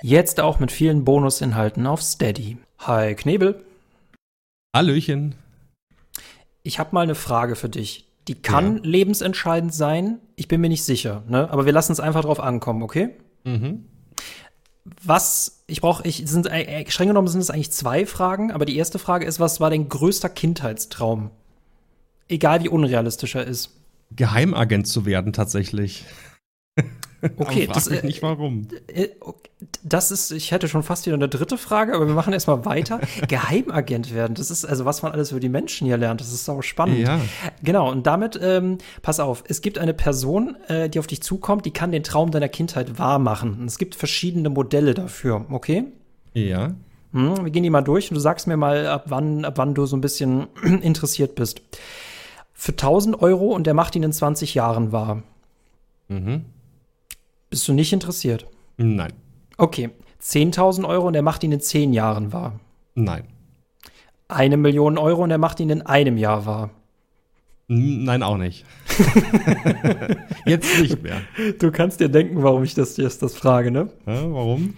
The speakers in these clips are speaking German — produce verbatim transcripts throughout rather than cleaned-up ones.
Jetzt auch mit vielen Bonusinhalten auf Steady. Hi Knebel. Hallöchen. Ich habe mal eine Frage für dich. Die kann Ja. lebensentscheidend sein. Ich bin mir nicht sicher, ne? Aber wir lassen es einfach drauf ankommen, okay? Mhm. Was, ich brauche, ich, sind, äh, streng genommen sind es eigentlich zwei Fragen, aber die erste Frage ist, was war dein größter Kindheitstraum? Egal wie unrealistisch er ist. Geheimagent zu werden, tatsächlich. Okay, aber frag das, mich äh, nicht warum. Äh, okay, Das ist, ich hätte schon fast wieder eine dritte Frage, aber wir machen erstmal weiter. Geheimagent werden, das ist, also was man alles über die Menschen hier lernt, das ist sau spannend. Ja. Genau, und damit, ähm, pass auf, es gibt eine Person, äh, die auf dich zukommt, die kann den Traum deiner Kindheit wahr machen. Und es gibt verschiedene Modelle dafür, okay? Ja. Hm, wir gehen die mal durch und du sagst mir mal, ab wann, ab wann du so ein bisschen interessiert bist. Für tausend Euro und der macht ihn in zwanzig Jahren wahr. Mhm. Bist du nicht interessiert? Nein. Okay, zehntausend Euro und er macht ihn in zehn Jahren wahr. Nein. Eine Million Euro und er macht ihn in einem Jahr wahr. N- Nein, auch nicht. Jetzt nicht mehr. Du kannst dir denken, warum ich das jetzt das frage, ne? Ja, warum?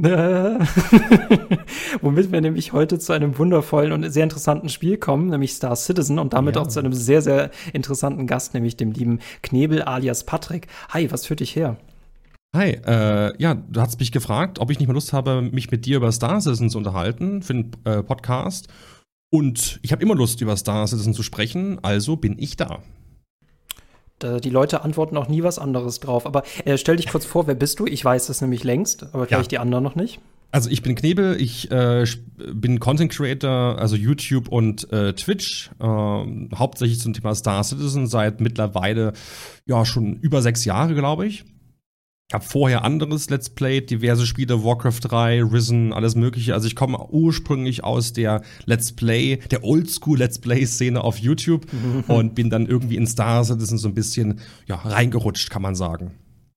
Womit wir nämlich heute zu einem wundervollen und sehr interessanten Spiel kommen, nämlich Star Citizen und damit Ja. auch zu einem sehr, sehr interessanten Gast, nämlich dem lieben Knebel alias Patrick. Hi, was führt dich her? Hi, äh, ja, du hast mich gefragt, ob ich nicht mal Lust habe, mich mit dir über Star Citizen zu unterhalten für den äh, Podcast. Und ich habe immer Lust, über Star Citizen zu sprechen, also bin ich da. Da, die Leute antworten auch nie was anderes drauf. Aber äh, stell dich kurz vor, wer bist du? Ich weiß das nämlich längst, aber vielleicht die anderen noch nicht. Also ich bin Knebel, ich äh, bin Content Creator, also YouTube und äh, Twitch, äh, hauptsächlich zum Thema Star Citizen seit mittlerweile ja schon über sechs Jahre, glaube ich. Ich habe vorher anderes Let's Play, diverse Spiele, Warcraft drei, Risen, alles mögliche. Also ich komme ursprünglich aus der Let's Play, der Oldschool Let's Play-Szene auf YouTube und bin dann irgendwie in Star Citizen so ein bisschen ja, reingerutscht, kann man sagen.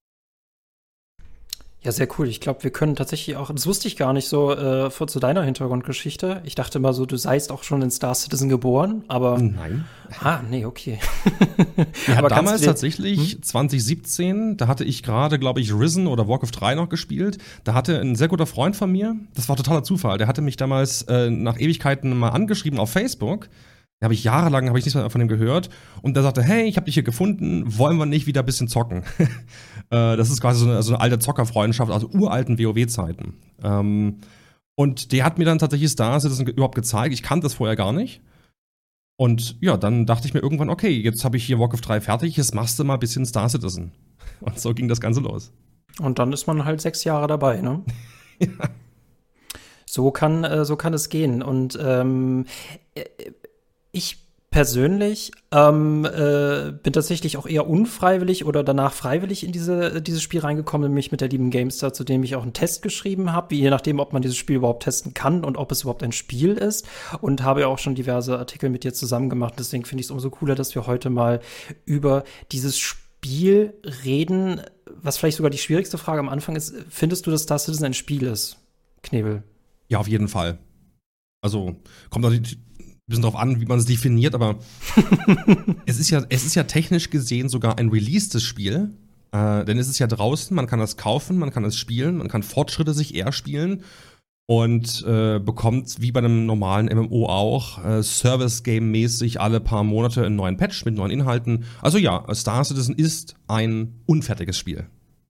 Ja, sehr cool. Ich glaube, wir können tatsächlich auch, das wusste ich gar nicht so äh, vor zu deiner Hintergrundgeschichte. Ich dachte immer so, du seist auch schon in Star Citizen geboren, aber Nein. Ah, nee, okay. Ja, Aber kannst damals du dir- tatsächlich, Hm? zwanzig siebzehn, da hatte ich gerade, glaube ich, Risen oder Warcraft drei noch gespielt. Da hatte ein sehr guter Freund von mir, das war totaler Zufall, der hatte mich damals äh, nach Ewigkeiten mal angeschrieben auf Facebook. Da habe ich jahrelang hab ich nichts mehr von ihm gehört. Und der sagte, hey, ich habe dich hier gefunden, wollen wir nicht wieder ein bisschen zocken? äh, das ist quasi so eine, so eine alte Zockerfreundschaft aus uralten WoW-Zeiten. Ähm, und der hat mir dann tatsächlich Star Citizen ge- überhaupt gezeigt. Ich kannte das vorher gar nicht. Und ja, dann dachte ich mir irgendwann, okay, jetzt habe ich hier Warcraft drei fertig, jetzt machst du mal ein bisschen Star Citizen. Und so ging das Ganze los. Und dann ist man halt sechs Jahre dabei, ne? Ja. So kann, äh, so kann es gehen. Und ähm, äh, ich persönlich ähm, äh, bin tatsächlich auch eher unfreiwillig oder danach freiwillig in diese, dieses Spiel reingekommen, nämlich mit der lieben Gamestar, zu dem ich auch einen Test geschrieben habe, je nachdem, ob man dieses Spiel überhaupt testen kann und ob es überhaupt ein Spiel ist. Und habe ja auch schon diverse Artikel mit dir zusammen gemacht. Deswegen finde ich es umso cooler, dass wir heute mal über dieses Spiel reden. Was vielleicht sogar die schwierigste Frage am Anfang ist, findest du, dass Star Citizen ein Spiel ist, Knebel? Ja, auf jeden Fall. Also, kommt natürlich ein bisschen drauf an, wie man es definiert, aber es ist ja, es ist ja technisch gesehen sogar ein releastes Spiel. Äh, denn es ist ja draußen, man kann das kaufen, man kann es spielen, man kann Fortschritte sich erspielen und äh, bekommt, wie bei einem normalen M M O auch, äh, Service-Game-mäßig alle paar Monate einen neuen Patch mit neuen Inhalten. Also ja, Star Citizen ist ein unfertiges Spiel.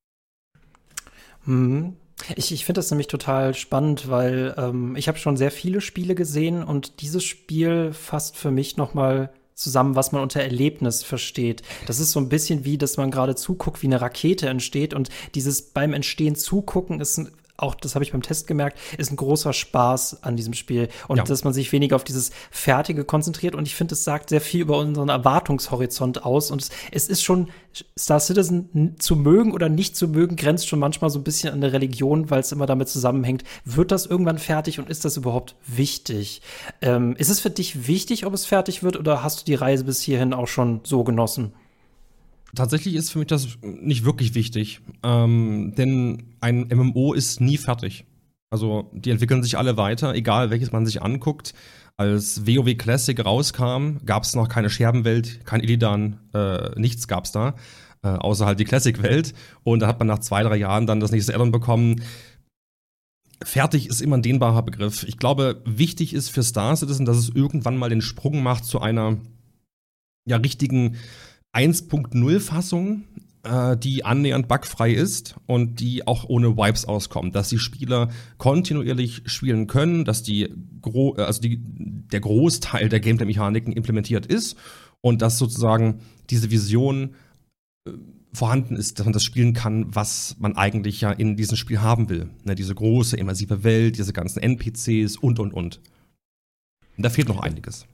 Mhm. Ich, ich finde das nämlich total spannend, weil ähm, ich habe schon sehr viele Spiele gesehen und dieses Spiel fasst für mich noch mal zusammen, was man unter Erlebnis versteht. Das ist so ein bisschen wie, dass man gerade zuguckt, wie eine Rakete entsteht und dieses beim Entstehen zugucken ist ein auch, das habe ich beim Test gemerkt, ist ein großer Spaß an diesem Spiel. Und Ja. dass man sich weniger auf dieses Fertige konzentriert. Und ich finde, es sagt sehr viel über unseren Erwartungshorizont aus. Und es, es ist schon, Star Citizen n- zu mögen oder nicht zu mögen, grenzt schon manchmal so ein bisschen an eine Religion, weil es immer damit zusammenhängt. Wird das irgendwann fertig und ist das überhaupt wichtig? Ähm, ist es für dich wichtig, ob es fertig wird, oder hast du die Reise bis hierhin auch schon so genossen? Tatsächlich ist für mich das nicht wirklich wichtig, ähm, denn ein M M O ist nie fertig. Also die entwickeln sich alle weiter, egal welches man sich anguckt. Als WoW Classic rauskam, gab es noch keine Scherbenwelt, kein Illidan, äh, nichts gab's da, äh, außer halt die Classic-Welt. Und da hat man nach zwei, drei Jahren dann das nächste Addon bekommen. fertig ist immer ein dehnbarer Begriff. Ich glaube, wichtig ist für Star Citizen, dass es irgendwann mal den Sprung macht zu einer ja, richtigen eins Punkt null-Fassung, äh, die annähernd bugfrei ist und die auch ohne Wipes auskommt. Dass die Spieler kontinuierlich spielen können, dass die Gro- also die, der Großteil der Gameplay-Mechaniken implementiert ist und dass sozusagen diese Vision äh, vorhanden ist, dass man das spielen kann, was man eigentlich ja in diesem Spiel haben will. Ne, diese große, immersive Welt, diese ganzen N P Cs und, und, und. Und da fehlt noch einiges.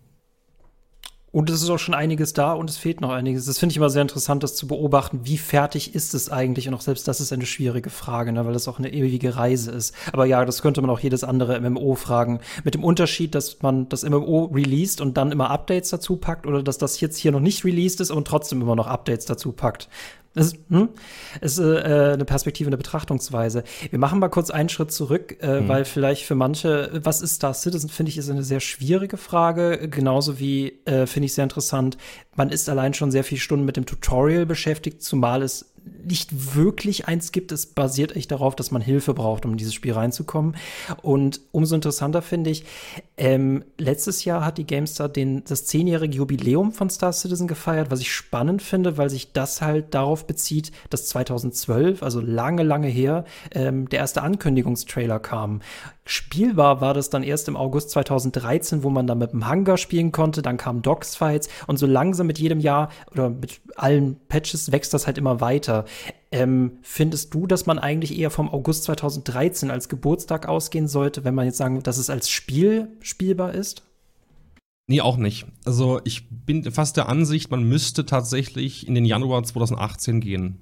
Und es ist auch schon einiges da und es fehlt noch einiges. Das finde ich immer sehr interessant, das zu beobachten. Wie fertig ist es eigentlich? Und auch selbst das ist eine schwierige Frage, ne, weil das auch eine ewige Reise ist. Aber ja, das könnte man auch jedes andere M M O fragen. Mit dem Unterschied, dass man das M M O released und dann immer Updates dazu packt oder dass das jetzt hier noch nicht released ist und trotzdem immer noch Updates dazu packt. Das ist, hm? ist äh, eine Perspektive, eine Betrachtungsweise. Wir machen mal kurz einen Schritt zurück, äh, mhm. weil vielleicht für manche, was ist Star Citizen, finde ich, ist eine sehr schwierige Frage. Genauso wie, äh, finde ich sehr interessant, man ist allein schon sehr viele Stunden mit dem Tutorial beschäftigt, zumal es nicht wirklich eins gibt. Es basiert echt darauf, dass man Hilfe braucht, um in dieses Spiel reinzukommen. Und umso interessanter finde ich, ähm, letztes Jahr hat die GameStar den, das zehnjährige Jubiläum von Star Citizen gefeiert, was ich spannend finde, weil sich das halt darauf bezieht, dass zweitausendzwölf, also lange, lange her, ähm, der erste Ankündigungstrailer kam. Spielbar war das dann erst im August zweitausenddreizehn, wo man dann mit dem Hangar spielen konnte, dann kamen Dogsfights und so langsam mit jedem Jahr oder mit allen Patches wächst das halt immer weiter. Ähm, findest du, dass man eigentlich eher vom August zweitausenddreizehn als Geburtstag ausgehen sollte, wenn man jetzt sagen, dass es als Spiel spielbar ist? Nee, auch nicht. Also ich bin fast der Ansicht, man müsste tatsächlich in den Januar zweitausendachtzehn gehen.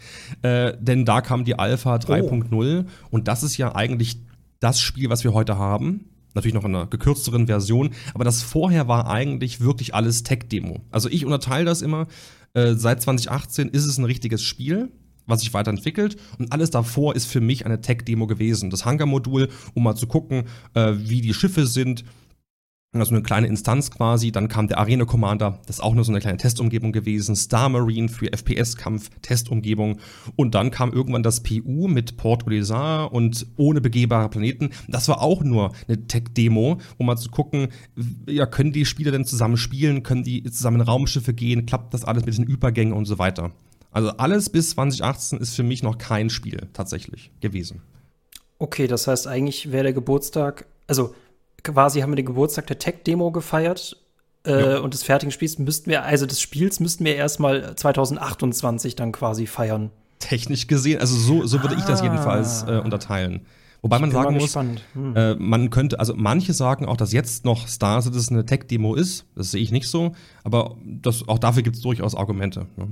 äh, denn da kam die Alpha drei Punkt null oh. und das ist ja eigentlich das Spiel, was wir heute haben. Natürlich noch in einer gekürzteren Version, aber das vorher war eigentlich wirklich alles Tech-Demo. Also ich unterteile das immer, äh, seit zweitausendachtzehn ist es ein richtiges Spiel, was sich weiterentwickelt und alles davor ist für mich eine Tech-Demo gewesen. Das Hangar-Modul, um mal zu gucken, äh, wie die Schiffe sind, also eine kleine Instanz quasi, dann kam der Arena Commander, das ist auch nur so eine kleine Testumgebung gewesen, Star Marine für F P S-Kampf, Testumgebung und dann kam irgendwann das P U mit Port Olisar und ohne begehbare Planeten. Das war auch nur eine Tech-Demo, um mal zu gucken, ja, können die Spieler denn zusammen spielen, können die zusammen in Raumschiffe gehen, klappt das alles mit den Übergängen und so weiter. Also alles bis zweitausendachtzehn ist für mich noch kein Spiel tatsächlich gewesen. Okay, das heißt eigentlich wäre der Geburtstag, also quasi haben wir den Geburtstag der Tech-Demo gefeiert äh, ja. und des fertigen Spiels müssten wir, also des Spiels müssten wir erstmal zweitausendachtundzwanzig dann quasi feiern. Technisch gesehen, also so, so würde ah. ich das jedenfalls äh, unterteilen. Wobei ich man sagen muss, hm. äh, man könnte, also manche sagen auch, dass jetzt noch Star Citizen eine Tech-Demo ist. Das sehe ich nicht so, aber das, auch dafür gibt es durchaus Argumente. Ne?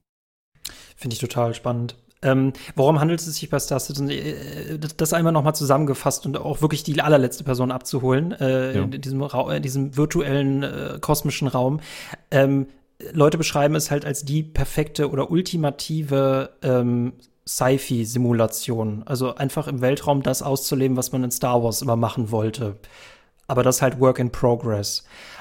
Finde ich total spannend. Ähm, worum handelt es sich bei Star Citizen? Das einmal noch mal zusammengefasst und auch wirklich die allerletzte Person abzuholen, äh, ja. in diesem, Ra- in diesem virtuellen, äh, kosmischen Raum. Ähm, Leute beschreiben es halt als die perfekte oder ultimative ähm, Sci-Fi-Simulation. Also einfach im Weltraum das auszuleben, was man in Star Wars immer machen wollte. Aber das halt Work in Progress.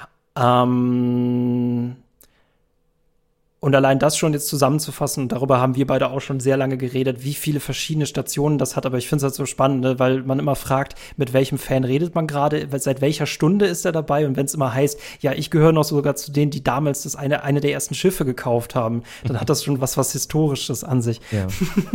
Ähm Und allein das schon jetzt zusammenzufassen, und darüber haben wir beide auch schon sehr lange geredet, wie viele verschiedene Stationen das hat. Aber ich finde es halt so spannend, ne? Weil man immer fragt, mit welchem Fan redet man gerade, seit welcher Stunde ist er dabei? Und wenn es immer heißt, ja, ich gehöre noch sogar zu denen, die damals das eine, eine der ersten Schiffe gekauft haben, dann hat das schon was, was Historisches an sich. Ja.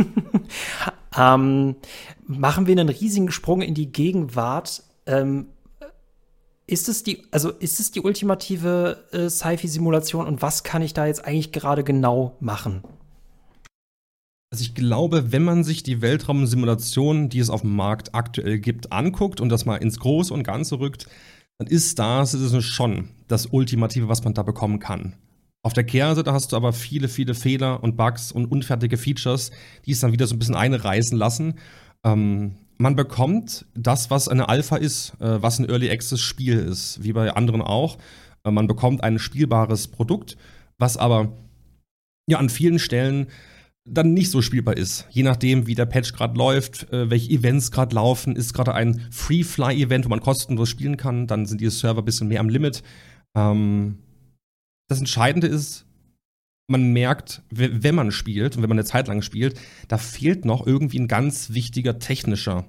ähm, machen wir einen riesigen Sprung in die Gegenwart. Ähm, Ist es die, also ist es die ultimative äh, Sci-Fi-Simulation und was kann ich da jetzt eigentlich gerade genau machen? Also ich glaube, wenn man sich die Weltraumsimulationen, die es auf dem Markt aktuell gibt, anguckt und das mal ins Große und Ganze rückt, dann ist Star Citizen schon das Ultimative, was man da bekommen kann. Auf der Kehrseite hast du aber viele, viele Fehler und Bugs und unfertige Features, die es dann wieder so ein bisschen einreißen lassen. Ähm, Man bekommt das, was eine Alpha ist, äh, was ein Early Access Spiel ist, wie bei anderen auch. Äh, man bekommt ein spielbares Produkt, was aber ja an vielen Stellen dann nicht so spielbar ist. Je nachdem, wie der Patch gerade läuft, äh, welche Events gerade laufen, ist gerade ein Free-Fly-Event, wo man kostenlos spielen kann, dann sind die Server ein bisschen mehr am Limit. Ähm, das Entscheidende ist, man merkt, wenn man spielt und wenn man eine Zeit lang spielt, da fehlt noch irgendwie ein ganz wichtiger technischer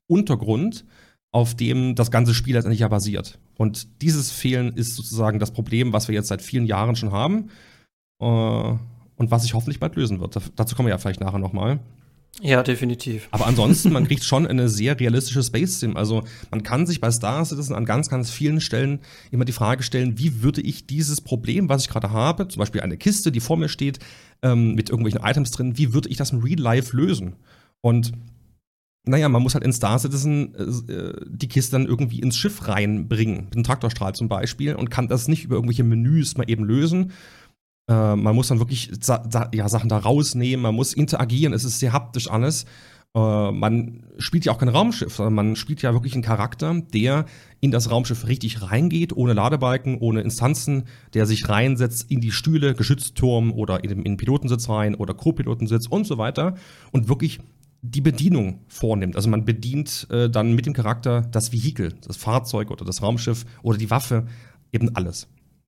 Untergrund, auf dem das ganze Spiel letztendlich ja basiert. Und dieses Fehlen ist sozusagen das Problem, was wir jetzt seit vielen Jahren schon haben äh, und was sich hoffentlich bald lösen wird. Da, dazu kommen wir ja vielleicht nachher nochmal. Ja, definitiv. Aber ansonsten, man kriegt schon eine sehr realistische Space-Sim. Also man kann sich bei Star Citizen an ganz, ganz vielen Stellen immer die Frage stellen, wie würde ich dieses Problem, was ich gerade habe, zum Beispiel eine Kiste, die vor mir steht, ähm, mit irgendwelchen Items drin, wie würde ich das im Real Life lösen? Und naja, man muss halt in Star Citizen äh, die Kiste dann irgendwie ins Schiff reinbringen, mit einem Traktorstrahl zum Beispiel, und kann das nicht über irgendwelche Menüs mal eben lösen. Äh, man muss dann wirklich sa- sa- ja, Sachen da rausnehmen, man muss interagieren, es ist sehr haptisch alles. Äh, man spielt ja auch kein Raumschiff, sondern man spielt ja wirklich einen Charakter, der in das Raumschiff richtig reingeht, ohne Ladebalken, ohne Instanzen, der sich reinsetzt in die Stühle, Geschützturm oder in den, in den Pilotensitz rein oder Co-Pilotensitz und so weiter und wirklich die Bedienung vornimmt. Also man bedient äh, dann mit dem Charakter das Vehikel, das Fahrzeug oder das Raumschiff oder die Waffe, eben alles.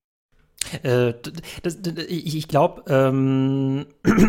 Äh, das, das, ich ich glaube, ähm,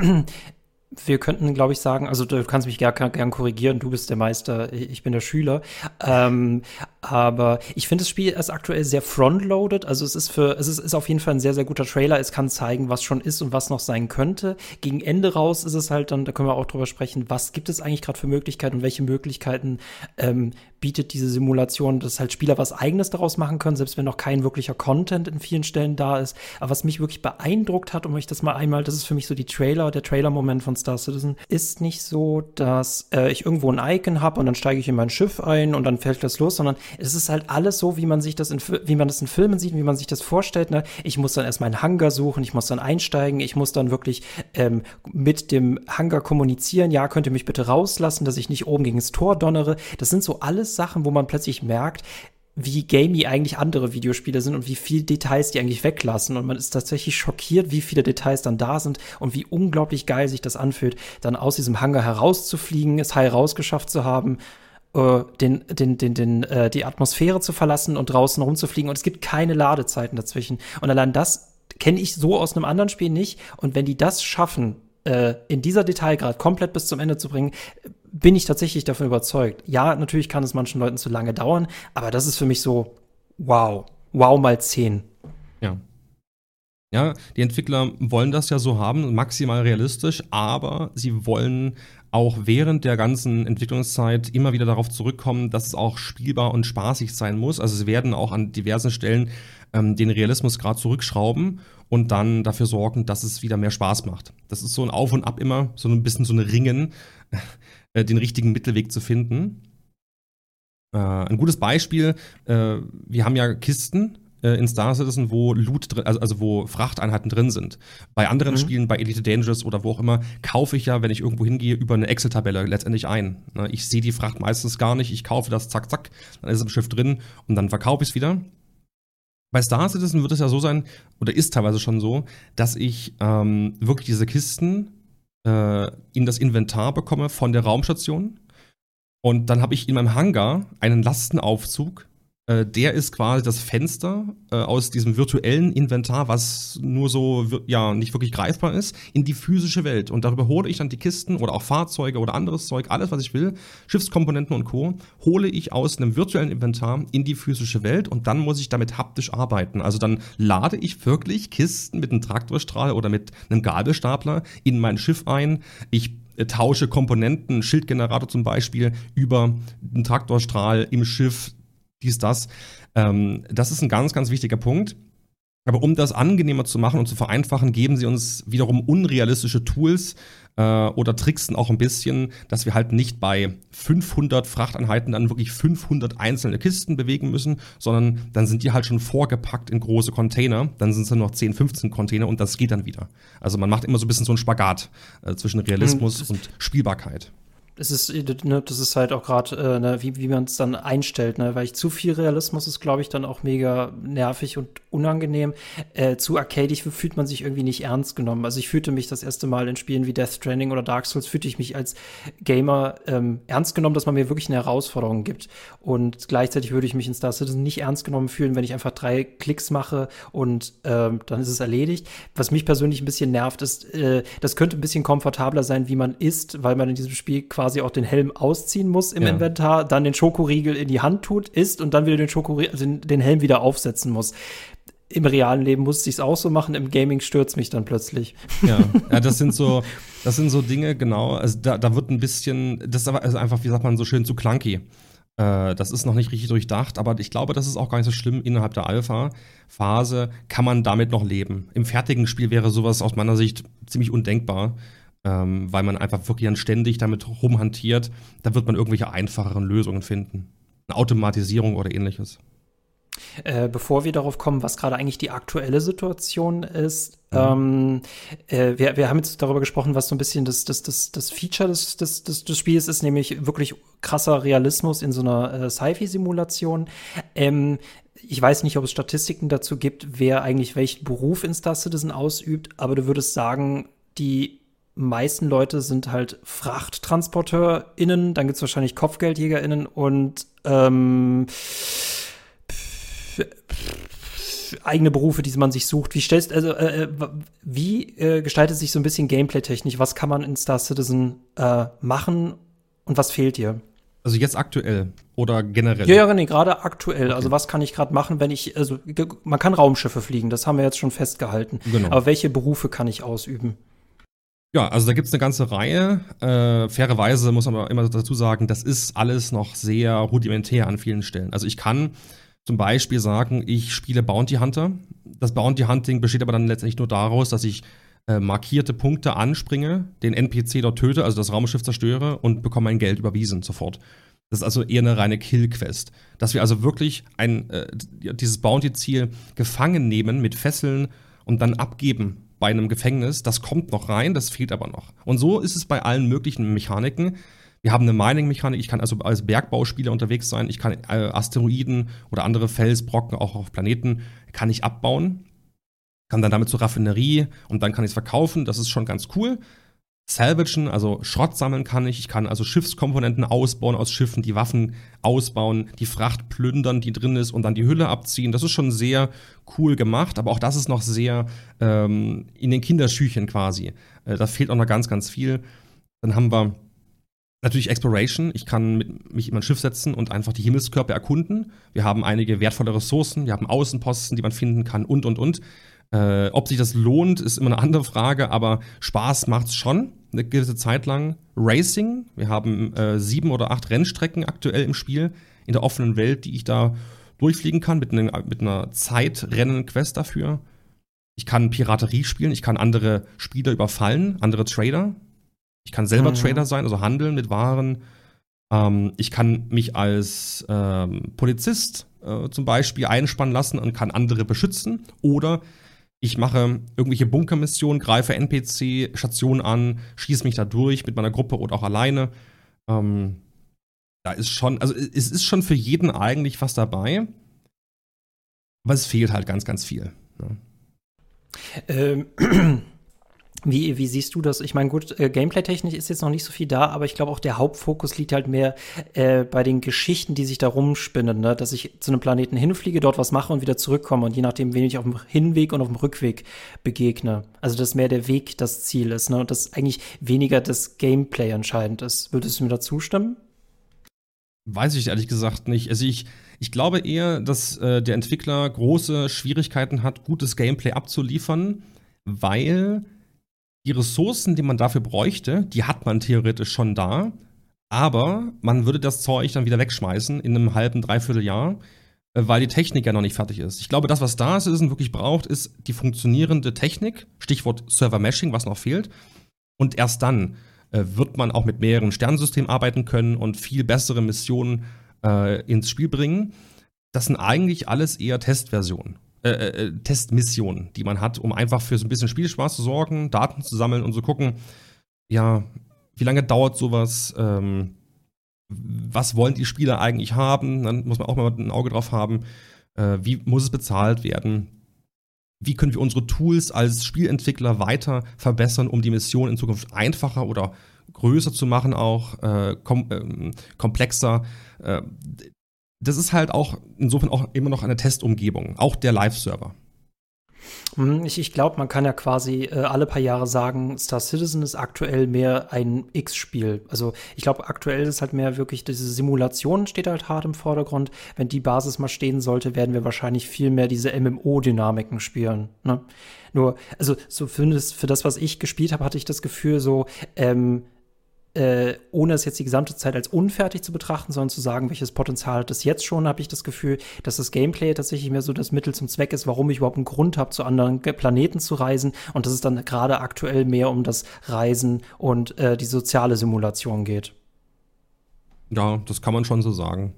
wir könnten, glaube ich, sagen, also du kannst mich gern, gern korrigieren, du bist der Meister, ich bin der Schüler. Ähm, aber ich finde, das Spiel ist aktuell sehr frontloaded. Also es ist für, es ist, ist auf jeden Fall ein sehr, sehr guter Trailer. Es kann zeigen, was schon ist und was noch sein könnte. Gegen Ende raus ist es halt dann, da können wir auch drüber sprechen, was gibt es eigentlich gerade für Möglichkeiten und welche Möglichkeiten ähm, bietet diese Simulation, dass halt Spieler was Eigenes daraus machen können, selbst wenn noch kein wirklicher Content in vielen Stellen da ist. Aber was mich wirklich beeindruckt hat, um euch das mal einmal, das ist für mich so die Trailer, der Trailer-Moment von Star Citizen, ist nicht so, dass äh, ich irgendwo ein Icon habe und dann steige ich in mein Schiff ein und dann fällt das los, sondern es ist halt alles so, wie man sich das in, wie man das in Filmen sieht, wie man sich das vorstellt. Ne? Ich muss dann erstmal einen Hangar suchen, ich muss dann einsteigen, ich muss dann wirklich ähm, mit dem Hangar kommunizieren. Ja, könnt ihr mich bitte rauslassen, dass ich nicht oben gegen das Tor donnere. Das sind so alles Sachen, wo man plötzlich merkt, wie gamey eigentlich andere Videospiele sind und wie viel Details die eigentlich weglassen. Und man ist tatsächlich schockiert, wie viele Details dann da sind und wie unglaublich geil sich das anfühlt, dann aus diesem Hangar herauszufliegen, es heil rausgeschafft zu haben, äh, den, den, den, den, äh, die Atmosphäre zu verlassen und draußen rumzufliegen. Und es gibt keine Ladezeiten dazwischen. Und allein das kenne ich so aus einem anderen Spiel nicht. Und wenn die das schaffen, äh, in dieser Detailgrad komplett bis zum Ende zu bringen, bin ich tatsächlich davon überzeugt. Ja, natürlich kann es manchen Leuten zu lange dauern, aber das ist für mich so, wow, wow mal zehn. Ja. Ja, die Entwickler wollen das ja so haben, maximal realistisch, aber sie wollen auch während der ganzen Entwicklungszeit immer wieder darauf zurückkommen, dass es auch spielbar und spaßig sein muss. Also sie werden auch an diversen Stellen ähm, den Realismusgrad zurückschrauben und dann dafür sorgen, dass es wieder mehr Spaß macht. Das ist so ein Auf und Ab immer, so ein bisschen so ein Ringen, äh, den richtigen Mittelweg zu finden. Äh, ein gutes Beispiel, äh, wir haben ja Kisten in Star Citizen, wo Loot drin, also, also wo Frachteinheiten drin sind. Bei anderen mhm. Spielen, bei Elite Dangerous oder wo auch immer, kaufe ich ja, wenn ich irgendwo hingehe, über eine Excel-Tabelle letztendlich ein. Ich sehe die Fracht meistens gar nicht, ich kaufe das, zack, zack, dann ist es im Schiff drin und dann verkaufe ich es wieder. Bei Star Citizen wird es ja so sein, oder ist teilweise schon so, dass ich ähm, wirklich diese Kisten äh, in das Inventar bekomme von der Raumstation und dann habe ich in meinem Hangar einen Lastenaufzug. Der ist quasi das Fenster äh, aus diesem virtuellen Inventar, was nur so ja nicht wirklich greifbar ist, in die physische Welt. Und darüber hole ich dann die Kisten oder auch Fahrzeuge oder anderes Zeug, alles, was ich will, Schiffskomponenten und Co., hole ich aus einem virtuellen Inventar in die physische Welt und dann muss ich damit haptisch arbeiten. Also dann lade ich wirklich Kisten mit einem Traktorstrahl oder mit einem Gabelstapler in mein Schiff ein. Ich tausche Komponenten, Schildgenerator zum Beispiel, über einen Traktorstrahl im Schiff, dies, das. Ähm, das ist ein ganz, ganz wichtiger Punkt. Aber um das angenehmer zu machen und zu vereinfachen, geben sie uns wiederum unrealistische Tools äh, oder tricksen auch ein bisschen, dass wir halt nicht bei fünfhundert Frachteinheiten dann wirklich fünfhundert einzelne Kisten bewegen müssen, sondern dann sind die halt schon vorgepackt in große Container. Dann sind es dann noch zehn, fünfzehn Container und das geht dann wieder. Also man macht immer so ein bisschen so einen Spagat äh, zwischen Realismus und Spielbarkeit. Es ist, ne, das ist halt auch gerade, äh, ne, wie, wie man es dann einstellt, ne, weil ich zu viel Realismus ist, glaube ich, dann auch mega nervig und unangenehm. Äh, zu arcadig fühlt man sich irgendwie nicht ernst genommen. Also ich fühlte mich das erste Mal in Spielen wie Death Stranding oder Dark Souls, fühlte ich mich als Gamer ähm, ernst genommen, dass man mir wirklich eine Herausforderung gibt. Und gleichzeitig würde ich mich in Star Citizen nicht ernst genommen fühlen, wenn ich einfach drei Klicks mache und ähm, dann ist es erledigt. Was mich persönlich ein bisschen nervt, ist, äh, das könnte ein bisschen komfortabler sein, wie man ist, weil man in diesem Spiel quasi quasi auch den Helm ausziehen muss im Ja. Inventar, dann den Schokoriegel in die Hand tut, isst und dann wieder den Schokoriegel, also den, den Helm wieder aufsetzen muss. Im realen Leben musste ich es auch so machen, im Gaming stürzt mich dann plötzlich. Ja, ja, das sind so, das sind so Dinge, genau. Also da, da wird ein bisschen, das ist aber also einfach, wie sagt man so schön, zu clunky. Äh, das ist noch nicht richtig durchdacht, aber ich glaube, das ist auch gar nicht so schlimm. Innerhalb der Alpha-Phase kann man damit noch leben. Im fertigen Spiel wäre sowas aus meiner Sicht ziemlich undenkbar, ähm, weil man einfach wirklich dann ständig damit rumhantiert. Da wird man irgendwelche einfacheren Lösungen finden. Eine Automatisierung oder ähnliches. Äh, bevor wir darauf kommen, was gerade eigentlich die aktuelle Situation ist, mhm. ähm, äh, wir, wir haben jetzt darüber gesprochen, was so ein bisschen das, das, das, das Feature des, des, des, des Spiels ist, nämlich wirklich krasser Realismus in so einer äh, Sci-Fi-Simulation. Ähm, ich weiß nicht, ob es Statistiken dazu gibt, wer eigentlich welchen Beruf in Star Citizen ausübt, aber du würdest sagen, die meisten Leute sind halt FrachttransporteurInnen, dann gibt es wahrscheinlich KopfgeldjägerInnen und ähm, eigene Berufe, die man sich sucht. Wie stellst also äh, wie äh, gestaltet sich so ein bisschen Gameplay-technisch? Was kann man in Star Citizen äh, machen und was fehlt dir? Also jetzt aktuell oder generell? Ja, ja, nee, gerade aktuell. Okay. Also was kann ich gerade machen, wenn ich, also man kann Raumschiffe fliegen, das haben wir jetzt schon festgehalten. Genau. Aber welche Berufe kann ich ausüben? Ja, also da gibt's eine ganze Reihe. Äh, fairerweise muss man aber immer dazu sagen, das ist alles noch sehr rudimentär an vielen Stellen. Also ich kann zum Beispiel sagen, ich spiele Bounty Hunter. Das Bounty Hunting besteht aber dann letztendlich nur daraus, dass ich äh, markierte Punkte anspringe, den N P C dort töte, also das Raumschiff zerstöre und bekomme mein Geld überwiesen sofort. Das ist also eher eine reine Kill-Quest. Dass wir also wirklich ein, äh, dieses Bounty-Ziel gefangen nehmen mit Fesseln und dann abgeben bei einem Gefängnis, das kommt noch rein, das fehlt aber noch. Und so ist es bei allen möglichen Mechaniken. Wir haben eine Mining-Mechanik, ich kann also als Bergbauspieler unterwegs sein, ich kann äh, Asteroiden oder andere Felsbrocken auch auf Planeten, kann ich abbauen, kann dann damit zur Raffinerie und dann kann ich es verkaufen, das ist schon ganz cool. Salvagen, also Schrott sammeln kann ich, ich kann also Schiffskomponenten ausbauen aus Schiffen, die Waffen ausbauen, die Fracht plündern, die drin ist und dann die Hülle abziehen. Das ist schon sehr cool gemacht, aber auch das ist noch sehr ähm, in den Kinderschüchen quasi. Äh, da fehlt auch noch ganz, ganz viel. Dann haben wir natürlich Exploration. Ich kann mit, mich in mein Schiff setzen und einfach die Himmelskörper erkunden. Wir haben einige wertvolle Ressourcen, wir haben Außenposten, die man finden kann und, und, und. Äh, ob sich das lohnt, ist immer eine andere Frage, aber Spaß macht's schon, eine gewisse Zeit lang. Racing, wir haben äh, sieben oder acht Rennstrecken aktuell im Spiel, in der offenen Welt, die ich da durchfliegen kann, mit, ne, mit einer Zeitrennen-Quest dafür. Ich kann Piraterie spielen, ich kann andere Spieler überfallen, andere Trader. Ich kann selber mhm. Trader sein, also handeln mit Waren. Ähm, ich kann mich als ähm, Polizist äh, zum Beispiel einspannen lassen und kann andere beschützen. Oder ich mache irgendwelche Bunkermissionen, greife N P C-Stationen an, schieße mich da durch mit meiner Gruppe oder auch alleine. Ähm, da ist schon, also es ist schon für jeden eigentlich was dabei. Aber es fehlt halt ganz, ganz viel. Ne? Ähm. Wie, wie siehst du das? Ich meine, gut, äh, Gameplay-technisch ist jetzt noch nicht so viel da, aber ich glaube auch der Hauptfokus liegt halt mehr äh, bei den Geschichten, die sich da rumspinnen, ne? Dass ich zu einem Planeten hinfliege, dort was mache und wieder zurückkomme und je nachdem, wen ich auf dem Hinweg und auf dem Rückweg begegne. Also, dass mehr der Weg das Ziel ist, ne? Und dass eigentlich weniger das Gameplay entscheidend ist. Würdest du mir da zustimmen? Weiß ich ehrlich gesagt nicht. Also ich, ich glaube eher, dass äh, der Entwickler große Schwierigkeiten hat, gutes Gameplay abzuliefern, weil die Ressourcen, die man dafür bräuchte, die hat man theoretisch schon da, aber man würde das Zeug dann wieder wegschmeißen in einem halben, dreiviertel Jahr, weil die Technik ja noch nicht fertig ist. Ich glaube, das, was da ist und wirklich braucht, ist die funktionierende Technik, Stichwort Server-Meshing, was noch fehlt. Und erst dann äh, wird man auch mit mehreren Sternsystemen arbeiten können und viel bessere Missionen äh, ins Spiel bringen. Das sind eigentlich alles eher Testversionen. Äh, äh, Testmissionen, die man hat, um einfach für so ein bisschen Spielspaß zu sorgen, Daten zu sammeln und zu gucken, ja, wie lange dauert sowas, ähm, was wollen die Spieler eigentlich haben, dann muss man auch mal ein Auge drauf haben, äh, wie muss es bezahlt werden, wie können wir unsere Tools als Spielentwickler weiter verbessern, um die Mission in Zukunft einfacher oder größer zu machen, auch äh, kom äh, komplexer. Äh, Das ist halt auch insofern auch immer noch eine Testumgebung, auch der Live-Server. Hm, Ich, ich glaube, man kann ja quasi äh, alle paar Jahre sagen, Star Citizen ist aktuell mehr ein X-Spiel. Also ich glaube, aktuell ist halt mehr wirklich diese Simulation steht halt hart im Vordergrund. Wenn die Basis mal stehen sollte, werden wir wahrscheinlich viel mehr diese M M O-Dynamiken spielen. Ne? Nur, also so für das, für das, was ich gespielt habe, hatte ich das Gefühl, so ähm, äh, ohne es jetzt die gesamte Zeit als unfertig zu betrachten, sondern zu sagen, welches Potenzial hat es jetzt schon, habe ich das Gefühl, dass das Gameplay tatsächlich mehr so das Mittel zum Zweck ist, warum ich überhaupt einen Grund habe, zu anderen Ge- Planeten zu reisen und dass es dann gerade aktuell mehr um das Reisen und äh, die soziale Simulation geht. Ja, das kann man schon so sagen.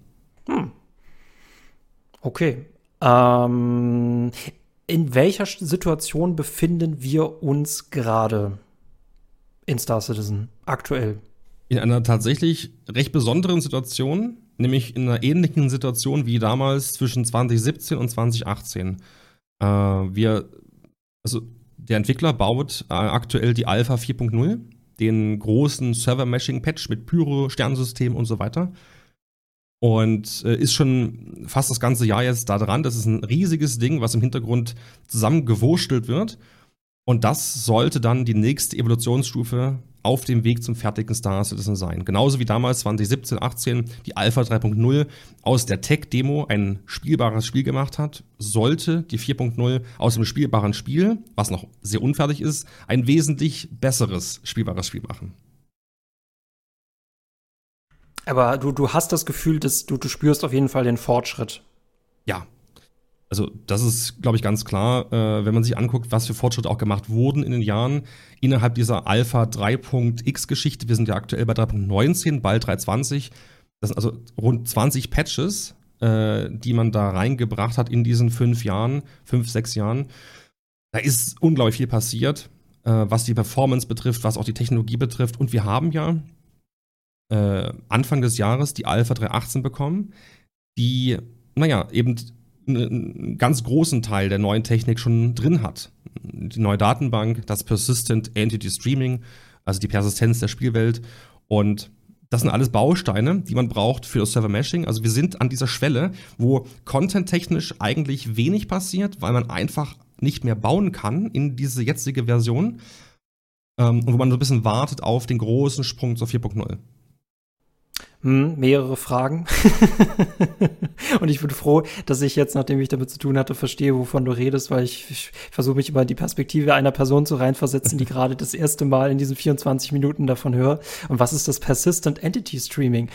Okay. Ähm, in welcher Situation befinden wir uns gerade in Star Citizen aktuell? In einer tatsächlich recht besonderen Situation, nämlich in einer ähnlichen Situation wie damals zwischen zwanzig siebzehn und zwanzig achtzehn. Äh, wir, also der Entwickler baut äh, aktuell die Alpha vier Punkt null, den großen Server-Meshing-Patch mit Pyro-Sternsystem und so weiter. Und äh, ist schon fast das ganze Jahr jetzt da dran. Das ist ein riesiges Ding, was im Hintergrund zusammengewurstelt wird. Und das sollte dann die nächste Evolutionsstufe auf dem Weg zum fertigen Star Citizen sein. Genauso wie damals zwanzig siebzehn, achtzehn die Alpha drei Punkt null aus der Tech-Demo ein spielbares Spiel gemacht hat, sollte die vier Punkt null aus dem spielbaren Spiel, was noch sehr unfertig ist, ein wesentlich besseres spielbares Spiel machen. Aber du, du hast das Gefühl, dass du, du spürst auf jeden Fall den Fortschritt. Ja, also das ist, glaube ich, ganz klar, äh, wenn man sich anguckt, was für Fortschritte auch gemacht wurden in den Jahren innerhalb dieser Alpha drei Punkt x-Geschichte. Wir sind ja aktuell bei drei Punkt neunzehn, bald drei Punkt zwanzig. Das sind also rund zwanzig Patches, äh, die man da reingebracht hat in diesen fünf Jahren, fünf, sechs Jahren. Da ist unglaublich viel passiert, äh, was die Performance betrifft, was auch die Technologie betrifft. Und wir haben ja äh, Anfang des Jahres die Alpha drei Punkt achtzehn bekommen, die, naja, eben einen ganz großen Teil der neuen Technik schon drin hat. Die neue Datenbank, das Persistent Entity Streaming, also die Persistenz der Spielwelt. Und das sind alles Bausteine, die man braucht für das Server-Meshing. Also wir sind an dieser Schwelle, wo content-technisch eigentlich wenig passiert, weil man einfach nicht mehr bauen kann in diese jetzige Version. Ähm, und wo man so ein bisschen wartet auf den großen Sprung zur vier Punkt null. Hm, mehrere Fragen. Und ich bin froh, dass ich jetzt, nachdem ich damit zu tun hatte, verstehe, wovon du redest, weil ich, ich versuche mich immer in die Perspektive einer Person zu reinversetzen, die gerade das erste Mal in diesen vierundzwanzig Minuten davon hört. Und was ist das Persistent Entity Streaming?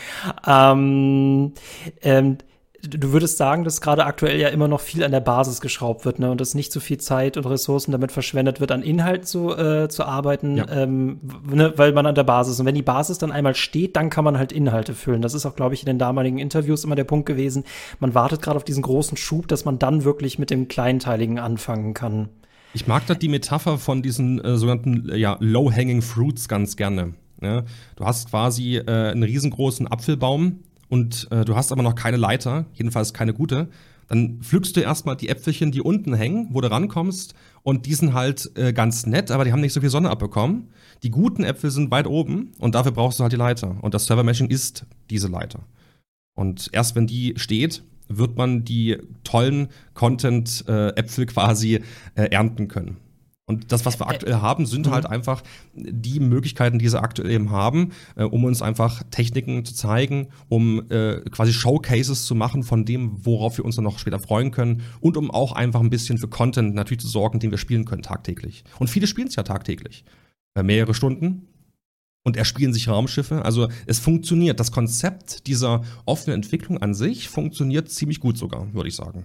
Ähm, ähm, Du würdest sagen, dass gerade aktuell ja immer noch viel an der Basis geschraubt wird, ne? Und dass nicht so viel Zeit und Ressourcen damit verschwendet wird, an Inhalt zu, äh, zu arbeiten, Ja. ähm, ne? Weil man an der Basis. Und wenn die Basis dann einmal steht, dann kann man halt Inhalte füllen. Das ist auch, glaube ich, in den damaligen Interviews immer der Punkt gewesen. Man wartet gerade auf diesen großen Schub, dass man dann wirklich mit dem Kleinteiligen anfangen kann. Ich mag da die Metapher von diesen äh, sogenannten äh, ja, Low-Hanging Fruits ganz gerne. Ja? Du hast quasi äh, einen riesengroßen Apfelbaum und äh, du hast aber noch keine Leiter, jedenfalls keine gute. Dann pflückst du erstmal die Äpfelchen, die unten hängen, wo du rankommst. Und die sind halt äh, ganz nett, aber die haben nicht so viel Sonne abbekommen. Die guten Äpfel sind weit oben und dafür brauchst du halt die Leiter. Und das Server-Meshing ist diese Leiter. Und erst wenn die steht, wird man die tollen Content-Äpfel quasi äh, ernten können. Und das, was wir aktuell haben, sind Mhm. halt einfach die Möglichkeiten, die sie aktuell eben haben, äh, um uns einfach Techniken zu zeigen, um äh, quasi Showcases zu machen von dem, worauf wir uns dann noch später freuen können und um auch einfach ein bisschen für Content natürlich zu sorgen, den wir spielen können tagtäglich. Und viele spielen es ja tagtäglich. Äh, mehrere Stunden. Und erspielen sich Raumschiffe. Also es funktioniert. Das Konzept dieser offenen Entwicklung an sich funktioniert ziemlich gut sogar, würde ich sagen.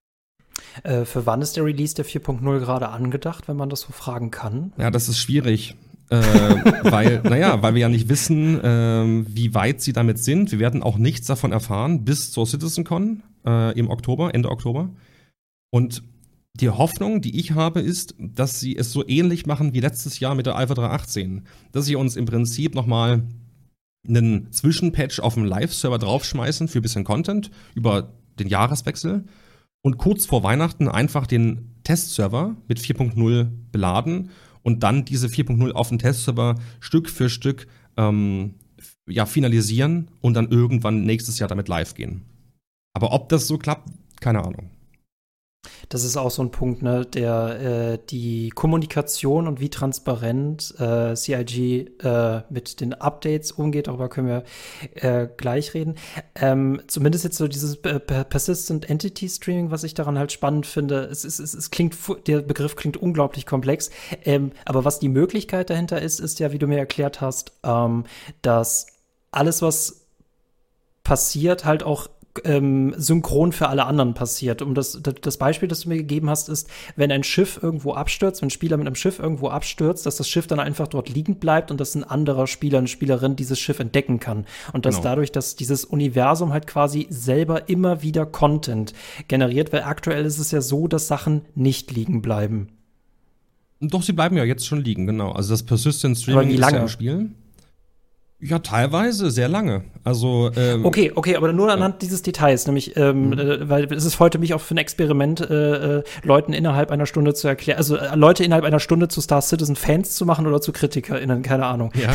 Äh, für wann ist der Release der vier Punkt null gerade angedacht, wenn man das so fragen kann? Ja, das ist schwierig. äh, weil, naja, weil wir ja nicht wissen, äh, wie weit sie damit sind. Wir werden auch nichts davon erfahren bis zur CitizenCon äh, im Oktober, Ende Oktober. Und die Hoffnung, die ich habe, ist, dass sie es so ähnlich machen wie letztes Jahr mit der Alpha drei Punkt achtzehn. Dass sie uns im Prinzip nochmal einen Zwischenpatch auf dem Live-Server draufschmeißen für ein bisschen Content über den Jahreswechsel und kurz vor Weihnachten einfach den Testserver mit vier Punkt null beladen und dann diese vier Punkt null auf dem Testserver Stück für Stück ähm, ja, finalisieren und dann irgendwann nächstes Jahr damit live gehen. Aber ob das so klappt, keine Ahnung. das ist auch so ein Punkt, ne, der äh, die Kommunikation und wie transparent äh, C I G äh, mit den Updates umgeht, darüber können wir äh, gleich reden. Ähm, zumindest jetzt so dieses äh, Persistent Entity Streaming, was ich daran halt spannend finde, es, es, es, es klingt, der Begriff klingt unglaublich komplex, ähm, aber was die Möglichkeit dahinter ist, ist ja, wie du mir erklärt hast, ähm, dass alles, was passiert, halt auch ähm, synchron für alle anderen passiert. Um das, das Beispiel, das du mir gegeben hast, ist, wenn ein Schiff irgendwo abstürzt, wenn ein Spieler mit einem Schiff irgendwo abstürzt, dass das Schiff dann einfach dort liegen bleibt und dass ein anderer Spieler, eine Spielerin dieses Schiff entdecken kann. Und dass Genau. dadurch, dass dieses Universum halt quasi selber immer wieder Content generiert, weil aktuell ist es ja so, dass Sachen nicht liegen bleiben. Doch, sie bleiben ja jetzt schon liegen, genau. Also das Persistent Streaming wie ist lange? ja im Spiel. Ja, teilweise sehr lange. Also ähm, Okay, okay, aber nur anhand ja. dieses Details, nämlich, ähm, Mhm. äh, weil es ist heute mich auch für ein Experiment, äh, äh, Leuten innerhalb einer Stunde zu erklären, also äh, Leute innerhalb einer Stunde zu Star Citizen Fans zu machen oder zu KritikerInnen, keine Ahnung. Ja.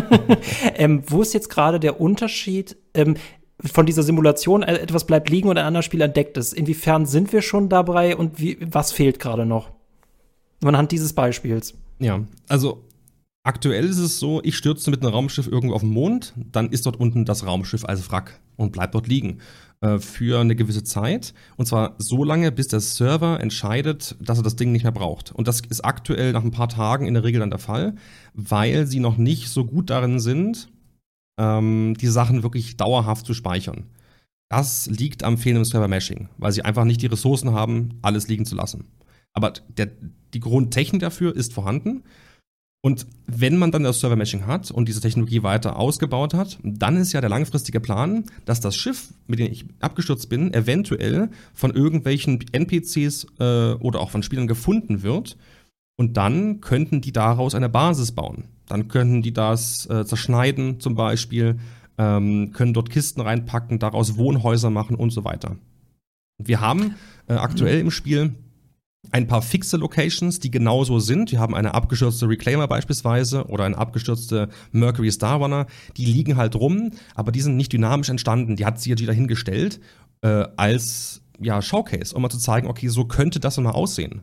ähm, wo ist jetzt gerade der Unterschied ähm, von dieser Simulation, äh, etwas bleibt liegen und ein anderer Spieler entdeckt es? Inwiefern sind wir schon dabei und wie, was fehlt gerade noch? Anhand dieses Beispiels. Ja, also aktuell ist es so, ich stürze mit einem Raumschiff irgendwo auf den Mond, dann ist dort unten das Raumschiff als Wrack und bleibt dort liegen äh, für eine gewisse Zeit. Und zwar so lange, bis der Server entscheidet, dass er das Ding nicht mehr braucht. Und das ist aktuell nach ein paar Tagen in der Regel dann der Fall, weil sie noch nicht so gut darin sind, ähm, die Sachen wirklich dauerhaft zu speichern. Das liegt am fehlenden Server-Meshing, weil sie einfach nicht die Ressourcen haben, alles liegen zu lassen. Aber der, die Grundtechnik dafür ist vorhanden. Und wenn man dann das Server-Meshing hat und diese Technologie weiter ausgebaut hat, dann ist ja der langfristige Plan, dass das Schiff, mit dem ich abgestürzt bin, eventuell von irgendwelchen N P Cs äh, oder auch von Spielern gefunden wird. Und dann könnten die daraus eine Basis bauen. Dann könnten die das äh, zerschneiden zum Beispiel, ähm, können dort Kisten reinpacken, daraus Wohnhäuser machen und so weiter. Wir haben äh, aktuell im Spiel ein paar fixe Locations, die genauso sind. Wir haben eine abgestürzte Reclaimer beispielsweise oder eine abgestürzte Mercury Star Runner. Die liegen halt rum, aber die sind nicht dynamisch entstanden. Die hat C I G dahingestellt äh, als ja, Showcase, um mal zu zeigen, okay, so könnte das mal aussehen.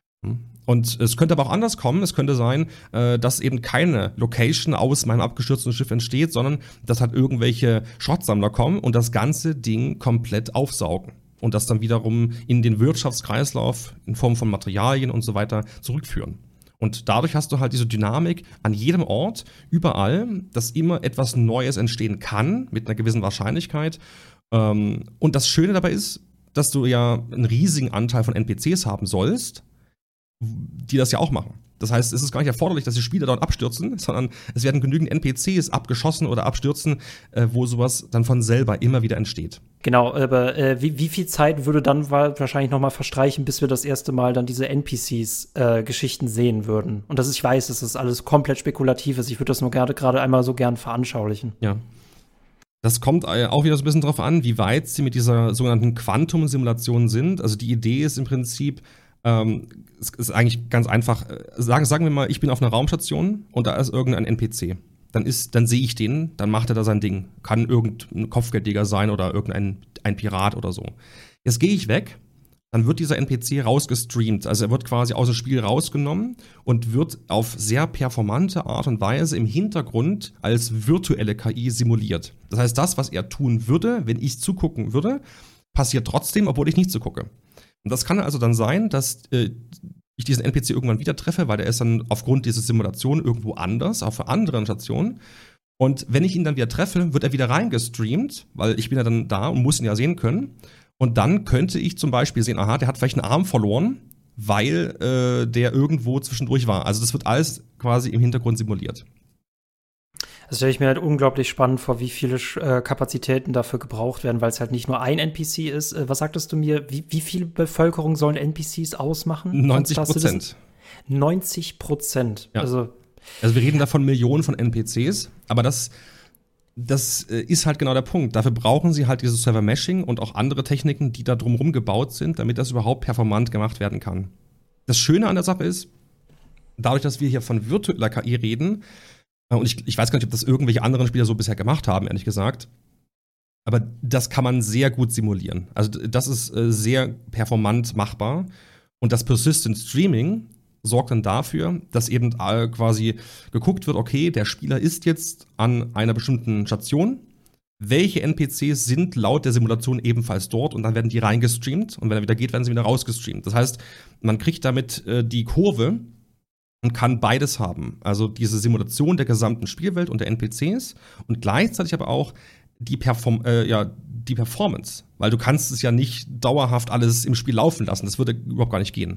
Und es könnte aber auch anders kommen. Es könnte sein, äh, dass eben keine Location aus meinem abgestürzten Schiff entsteht, sondern dass halt irgendwelche Schrottsammler kommen und das ganze Ding komplett aufsaugen. Und das dann wiederum in den Wirtschaftskreislauf in Form von Materialien und so weiter zurückführen. Und dadurch hast du halt diese Dynamik an jedem Ort, überall, dass immer etwas Neues entstehen kann, mit einer gewissen Wahrscheinlichkeit. Und das Schöne dabei ist, dass du ja einen riesigen Anteil von N P Cs haben sollst, die das ja auch machen. Das heißt, es ist gar nicht erforderlich, dass die Spieler dort abstürzen, sondern es werden genügend N P Cs abgeschossen oder abstürzen, äh, wo sowas dann von selber immer wieder entsteht. Genau, aber äh, wie, wie viel Zeit würde dann wahrscheinlich noch mal verstreichen, bis wir das erste Mal dann diese N P Cs-Geschichten äh, sehen würden? Und das ist, ich weiß, das ist alles komplett spekulativ ist. Ich würde das nur gerade gerade einmal so gern veranschaulichen. Ja. Das kommt auch wieder so ein bisschen drauf an, wie weit sie mit dieser sogenannten Quantum-Simulation sind. Also die Idee ist im Prinzip, ähm, es ist eigentlich ganz einfach. Sagen, sagen wir mal, ich bin auf einer Raumstation und da ist irgendein N P C. Dann ist, dann sehe ich den, dann macht er da sein Ding. Kann irgendein Kopfgeldjäger sein oder irgendein ein Pirat oder so. Jetzt gehe ich weg, dann wird dieser N P C rausgestreamt. Also er wird quasi aus dem Spiel rausgenommen und wird auf sehr performante Art und Weise im Hintergrund als virtuelle K I simuliert. Das heißt, das, was er tun würde, wenn ich zugucken würde, passiert trotzdem, obwohl ich nicht zugucke. Und das kann also dann sein, dass äh, ich diesen N P C irgendwann wieder treffe, weil der ist dann aufgrund dieser Simulation irgendwo anders, auf einer anderen Station. Und wenn ich ihn dann wieder treffe, wird er wieder reingestreamt, weil ich bin ja dann da und muss ihn ja sehen können. Und dann könnte ich zum Beispiel sehen, aha, der hat vielleicht einen Arm verloren, weil äh, der irgendwo zwischendurch war. Also das wird alles quasi im Hintergrund simuliert. Das stelle ich mir halt unglaublich spannend vor, wie viele äh, Kapazitäten dafür gebraucht werden, weil es halt nicht nur ein N P C ist. Äh, was sagtest du mir, wie, wie viel Bevölkerung sollen N P Cs ausmachen? neunzig Prozent. neunzig Prozent. Ja. Also, also wir reden da von Millionen von N P Cs, aber das, das ist halt genau der Punkt. Dafür brauchen sie halt dieses Server-Meshing und auch andere Techniken, die da drumherum gebaut sind, damit das überhaupt performant gemacht werden kann. Das Schöne an der Sache ist, dadurch, dass wir hier von virtueller K I reden, und ich, ich weiß gar nicht, ob das irgendwelche anderen Spieler so bisher gemacht haben, ehrlich gesagt. Aber das kann man sehr gut simulieren. Also das ist äh, sehr performant machbar. Und das Persistent Streaming sorgt dann dafür, dass eben äh, quasi geguckt wird, okay, der Spieler ist jetzt an einer bestimmten Station. Welche N P Cs sind laut der Simulation ebenfalls dort? Und dann werden die reingestreamt. Und wenn er wieder geht, werden sie wieder rausgestreamt. Das heißt, man kriegt damit äh, die Kurve und kann beides haben. Also diese Simulation der gesamten Spielwelt und der N P Cs und gleichzeitig aber auch die, Perform äh, ja, die Performance. Weil du kannst es ja nicht dauerhaft alles im Spiel laufen lassen. Das würde überhaupt gar nicht gehen.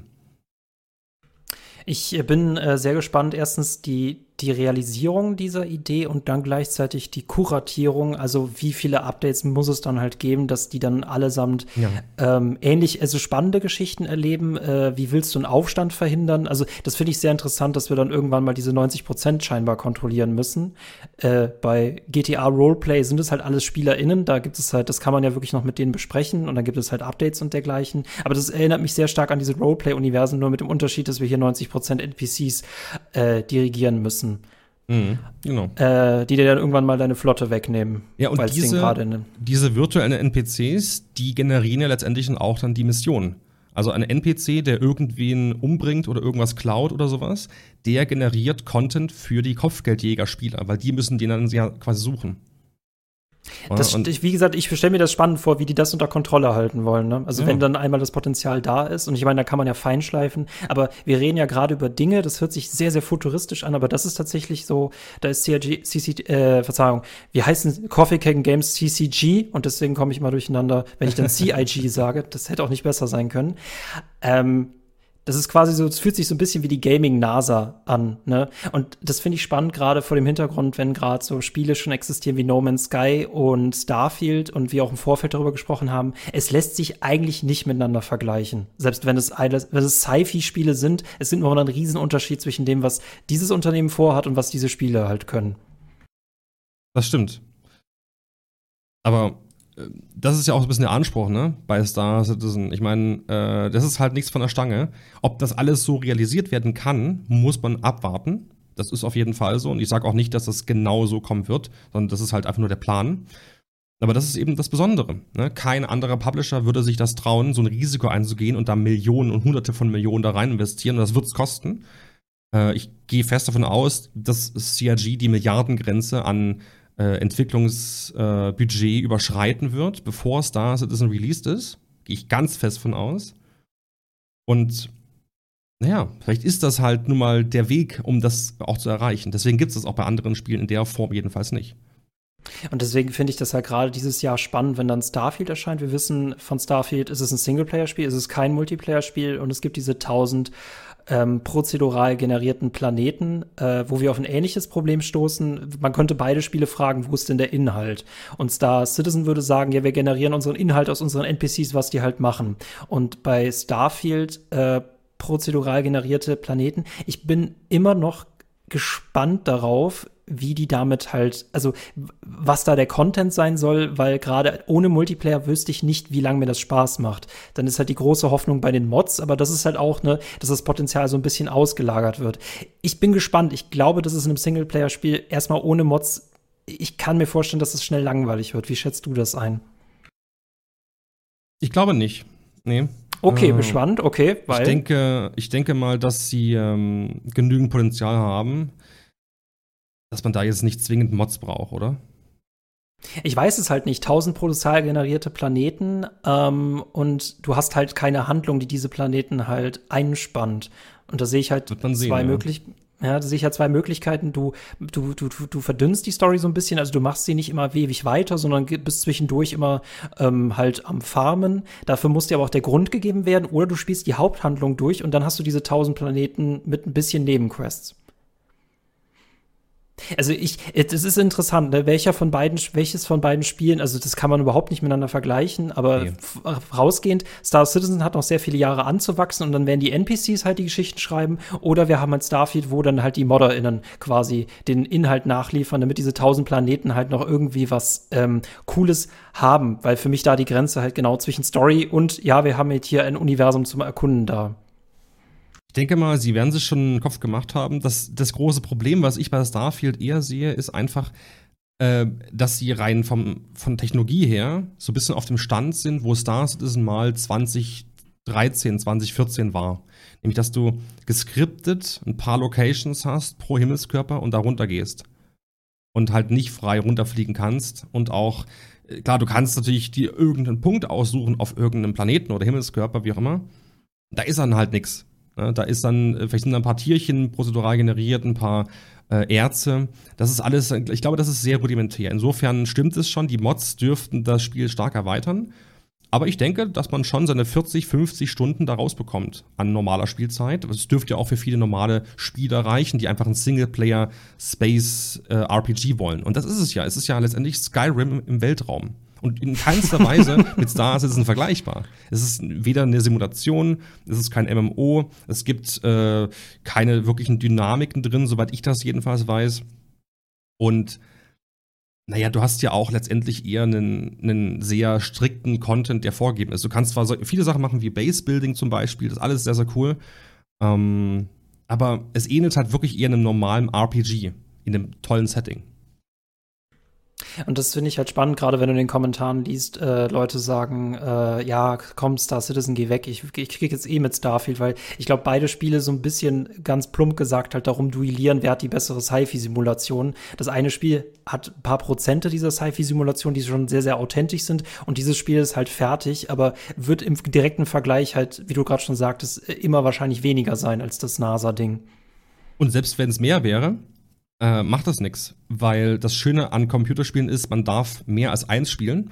Ich bin äh, sehr gespannt, erstens die, die Realisierung dieser Idee und dann gleichzeitig die Kuratierung, also wie viele Updates muss es dann halt geben, dass die dann allesamt ja. ähm, ähnlich, also spannende Geschichten erleben. Äh, wie willst du einen Aufstand verhindern? Also das finde ich sehr interessant, dass wir dann irgendwann mal diese neunzig Prozent scheinbar kontrollieren müssen. Äh, bei G T A Roleplay sind es halt alles SpielerInnen, da gibt es halt, das kann man ja wirklich noch mit denen besprechen und dann gibt es halt Updates und dergleichen. Aber das erinnert mich sehr stark an diese Roleplay-Universen, nur mit dem Unterschied, dass wir hier neunzig Prozent N P Cs äh, dirigieren müssen. Mhm, genau. Äh, die dir dann irgendwann mal deine Flotte wegnehmen. Ja, und diese, diese virtuellen N P Cs, die generieren ja letztendlich auch dann die Mission. Also ein N P C, der irgendwen umbringt oder irgendwas klaut oder sowas, der generiert Content für die Kopfgeldjäger-Spieler, weil die müssen den dann ja quasi suchen. Das, und wie gesagt, ich stelle mir das spannend vor, wie die das unter Kontrolle halten wollen. Ne? Also ja. wenn dann einmal das Potenzial da ist, und ich meine, da kann man ja feinschleifen, aber wir reden ja gerade über Dinge, das hört sich sehr, sehr futuristisch an, aber das ist tatsächlich so, da ist C I G, C C, äh, Verzeihung, wie heißen Coffee Cake Games C C G, und deswegen komme ich mal durcheinander, wenn ich dann C I G sage, das hätte auch nicht besser sein können. Ähm, Das ist quasi so, es fühlt sich so ein bisschen wie die Gaming-NASA an, ne? Und das finde ich spannend, gerade vor dem Hintergrund, wenn gerade so Spiele schon existieren wie No Man's Sky und Starfield und wir auch im Vorfeld darüber gesprochen haben. Es lässt sich eigentlich nicht miteinander vergleichen. Selbst wenn es, wenn es Sci-Fi-Spiele sind, es sind noch ein Riesenunterschied zwischen dem, was dieses Unternehmen vorhat und was diese Spiele halt können. Das stimmt. Aber das ist ja auch so ein bisschen der Anspruch, ne, bei Star Citizen. Ich meine, äh, das ist halt nichts von der Stange. Ob das alles so realisiert werden kann, muss man abwarten. Das ist auf jeden Fall so. Und ich sage auch nicht, dass das genau so kommen wird, sondern das ist halt einfach nur der Plan. Aber das ist eben das Besondere. Ne? Kein anderer Publisher würde sich das trauen, so ein Risiko einzugehen und da Millionen und Hunderte von Millionen da rein investieren. Und das wird es kosten. Äh, ich gehe fest davon aus, dass C I G die Milliardengrenze an Äh, Entwicklungsbudget äh, überschreiten wird, bevor Star Citizen released ist. Gehe ich ganz fest von aus. Und naja, vielleicht ist das halt nun mal der Weg, um das auch zu erreichen. Deswegen gibt es das auch bei anderen Spielen in der Form jedenfalls nicht. Und deswegen finde ich das halt gerade dieses Jahr spannend, wenn dann Starfield erscheint. Wir wissen von Starfield, ist es ein Singleplayer-Spiel, ist es kein Multiplayer-Spiel und es gibt diese tausend ähm, prozedural generierten Planeten, äh, wo wir auf ein ähnliches Problem stoßen. Man könnte beide Spiele fragen, wo ist denn der Inhalt? Und Star Citizen würde sagen, ja, wir generieren unseren Inhalt aus unseren N P Cs, was die halt machen. Und bei Starfield äh, prozedural generierte Planeten, ich bin immer noch gespannt darauf, wie die damit halt, also was da der Content sein soll, weil gerade ohne Multiplayer wüsste ich nicht, wie lange mir das Spaß macht. Dann ist halt die große Hoffnung bei den Mods, aber das ist halt auch, ne, dass das Potenzial so ein bisschen ausgelagert wird. Ich bin gespannt. Ich glaube, dass es in einem Singleplayer-Spiel erstmal ohne Mods, ich kann mir vorstellen, dass es schnell langweilig wird. Wie schätzt du das ein? Ich glaube nicht. Nee. Okay, äh, gespannt, okay, weil ich denke, ich denke mal, dass sie ähm, genügend Potenzial haben, dass man da jetzt nicht zwingend Mods braucht, oder? Ich weiß es halt nicht. Tausend prozedural generierte Planeten ähm, und du hast halt keine Handlung, die diese Planeten halt einspannt. Und da sehe ich halt sehen, zwei ja. Möglichkeiten. Ja, da sehe ich halt zwei Möglichkeiten. Du, du, du, du verdünnst die Story so ein bisschen, also du machst sie nicht immer ewig weiter, sondern bist zwischendurch immer ähm, halt am Farmen. Dafür muss dir aber auch der Grund gegeben werden, oder du spielst die Haupthandlung durch und dann hast du diese tausend Planeten mit ein bisschen Nebenquests. Also ich, das ist interessant, ne? Welcher von beiden, welches von beiden Spielen, also das kann man überhaupt nicht miteinander vergleichen, aber nee. f- rausgehend, Star Citizen hat noch sehr viele Jahre anzuwachsen und dann werden die N P Cs halt die Geschichten schreiben, oder wir haben halt Starfield, wo dann halt die ModderInnen quasi den Inhalt nachliefern, damit diese tausend Planeten halt noch irgendwie was ähm, Cooles haben, weil für mich da die Grenze halt genau zwischen Story und, ja, wir haben jetzt hier ein Universum zum Erkunden da. Ich denke mal, sie werden sich schon einen Kopf gemacht haben. Das, das große Problem, was ich bei Starfield eher sehe, ist einfach, äh, dass sie rein vom, von Technologie her so ein bisschen auf dem Stand sind, wo Star Citizen mal zwanzig dreizehn, zwanzig vierzehn war. Nämlich, dass du geskriptet ein paar Locations hast pro Himmelskörper und da runter gehst. Und halt nicht frei runterfliegen kannst. Und auch, klar, du kannst natürlich dir irgendeinen Punkt aussuchen auf irgendeinem Planeten oder Himmelskörper, wie auch immer. Da ist dann halt nix. Da ist dann, vielleicht sind da ein paar Tierchen prozedural generiert, ein paar äh, Erze. Das ist alles, ich glaube, das ist sehr rudimentär. Insofern stimmt es schon, die Mods dürften das Spiel stark erweitern. Aber ich denke, dass man schon seine vierzig, fünfzig Stunden da rausbekommt an normaler Spielzeit. Das dürfte ja auch für viele normale Spieler reichen, die einfach ein Singleplayer-Space-R P G wollen. Und das ist es ja. Es ist ja letztendlich Skyrim im Weltraum. Und in keinster Weise mit Star Citizen vergleichbar. Es ist weder eine Simulation, es ist kein M M O, es gibt äh, keine wirklichen Dynamiken drin, soweit ich das jedenfalls weiß. Und naja, du hast ja auch letztendlich eher einen, einen sehr strikten Content, der vorgegeben ist. Du kannst zwar so viele Sachen machen wie Base-Building zum Beispiel, das ist alles sehr, sehr cool. Ähm, aber es ähnelt halt wirklich eher einem normalen R P G in einem tollen Setting. Und das finde ich halt spannend, gerade wenn du in den Kommentaren liest, äh, Leute sagen, äh, ja, komm, Star Citizen, geh weg, ich, ich krieg jetzt eh mit Starfield, weil ich glaube, beide Spiele so ein bisschen ganz plump gesagt halt darum duellieren, wer hat die bessere Sci-Fi-Simulation. Das eine Spiel hat ein paar Prozente dieser Sci-Fi-Simulation, die schon sehr, sehr authentisch sind, und dieses Spiel ist halt fertig, aber wird im direkten Vergleich halt, wie du gerade schon sagtest, immer wahrscheinlich weniger sein als das NASA-Ding. Und selbst wenn es mehr wäre, Äh, macht das nix, weil das Schöne an Computerspielen ist, man darf mehr als eins spielen.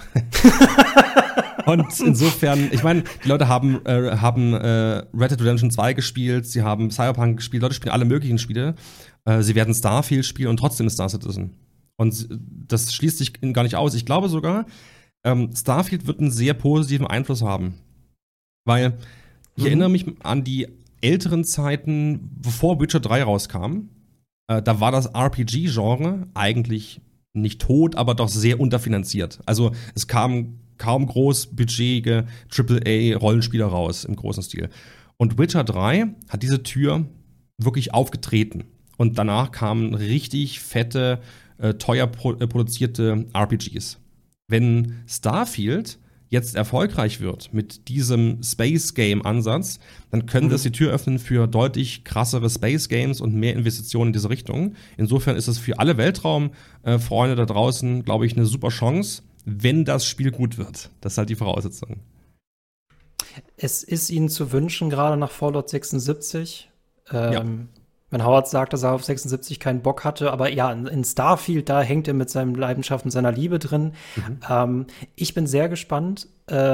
Und insofern, ich meine, die Leute haben, äh, haben äh, Red Dead Redemption zwei gespielt, sie haben Cyberpunk gespielt, Leute spielen alle möglichen Spiele. Äh, sie werden Starfield spielen und trotzdem Star Citizen. Und das schließt sich gar nicht aus. Ich glaube sogar, ähm, Starfield wird einen sehr positiven Einfluss haben. Weil ich mhm. erinnere mich an die älteren Zeiten, bevor Witcher drei rauskam. Äh, da war das R P G-Genre eigentlich nicht tot, aber doch sehr unterfinanziert. Also es kamen kaum großbudgetige Triple A-Rollenspiele raus im großen Stil. Und Witcher drei hat diese Tür wirklich aufgetreten. Und danach kamen richtig fette, äh, teuer pro- äh, produzierte R P Gs. Wenn Starfield jetzt erfolgreich wird mit diesem Space-Game-Ansatz, dann können mhm. das die Tür öffnen für deutlich krassere Space-Games und mehr Investitionen in diese Richtung. Insofern ist es für alle Weltraum-Freunde da draußen, glaube ich, eine super Chance, wenn das Spiel gut wird. Das ist halt die Voraussetzung. Es ist ihnen zu wünschen, gerade nach Fallout sechsundsiebzig. Ähm, ja. Wenn Howard sagt, dass er auf sechsundsiebzig keinen Bock hatte, aber ja, in Starfield, da hängt er mit seinem Leidenschaft und seiner Liebe drin. Mhm. Ähm, ich bin sehr gespannt,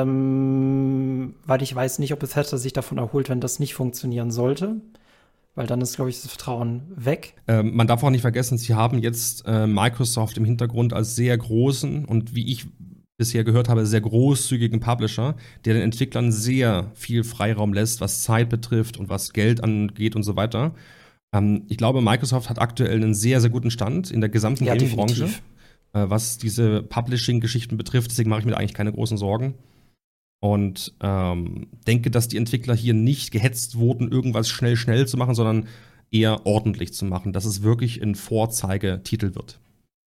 ähm, weil ich weiß nicht, ob Bethesda sich davon erholt, wenn das nicht funktionieren sollte. Weil dann ist, glaube ich, das Vertrauen weg. Ähm, man darf auch nicht vergessen, sie haben jetzt äh, Microsoft im Hintergrund als sehr großen und wie ich bisher gehört habe, sehr großzügigen Publisher, der den Entwicklern sehr viel Freiraum lässt, was Zeit betrifft und was Geld angeht und so weiter. Ähm, ich glaube, Microsoft hat aktuell einen sehr, sehr guten Stand in der gesamten ja, Gaming-Branche, äh, was diese Publishing-Geschichten betrifft. Deswegen mache ich mir eigentlich keine großen Sorgen. Und ähm, denke, dass die Entwickler hier nicht gehetzt wurden, irgendwas schnell, schnell zu machen, sondern eher ordentlich zu machen, dass es wirklich ein Vorzeigetitel wird.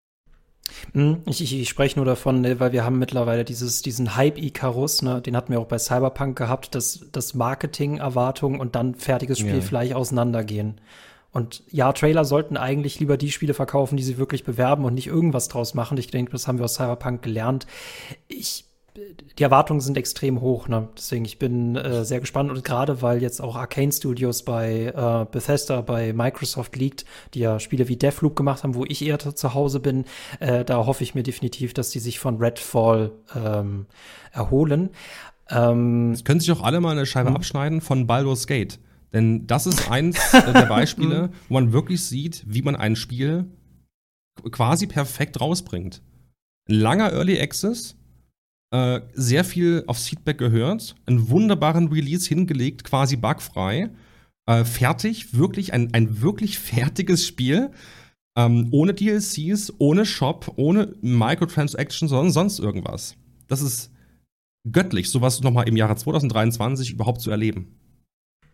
Ich, ich, ich spreche nur davon, ne, weil wir haben mittlerweile dieses, diesen Hype-Icarus, ne, den hatten wir auch bei Cyberpunk gehabt, dass das Marketing-Erwartungen und dann fertiges Spiel ja. vielleicht auseinandergehen. Und ja, Trailer sollten eigentlich lieber die Spiele verkaufen, die sie wirklich bewerben und nicht irgendwas draus machen. Ich denke, das haben wir aus Cyberpunk gelernt. Ich Die Erwartungen sind extrem hoch, ne? Deswegen, ich bin äh, sehr gespannt. Und gerade weil jetzt auch Arcane Studios bei äh, Bethesda, bei Microsoft liegt, die ja Spiele wie Deathloop gemacht haben, wo ich eher zu Hause bin, äh, da hoffe ich mir definitiv, dass die sich von Redfall ähm, erholen. Ähm, das können sich auch alle mal eine Scheibe hm. abschneiden von Baldur's Gate. Denn das ist eins der Beispiele, wo man wirklich sieht, wie man ein Spiel quasi perfekt rausbringt. Ein langer Early Access, Äh, sehr viel aufs Feedback gehört, einen wunderbaren Release hingelegt, quasi bugfrei, äh, fertig, wirklich ein, ein wirklich fertiges Spiel, ähm, ohne D L Cs, ohne Shop, ohne Microtransactions, sondern sonst irgendwas. Das ist göttlich, sowas nochmal im Jahre zwanzig dreiundzwanzig überhaupt zu erleben.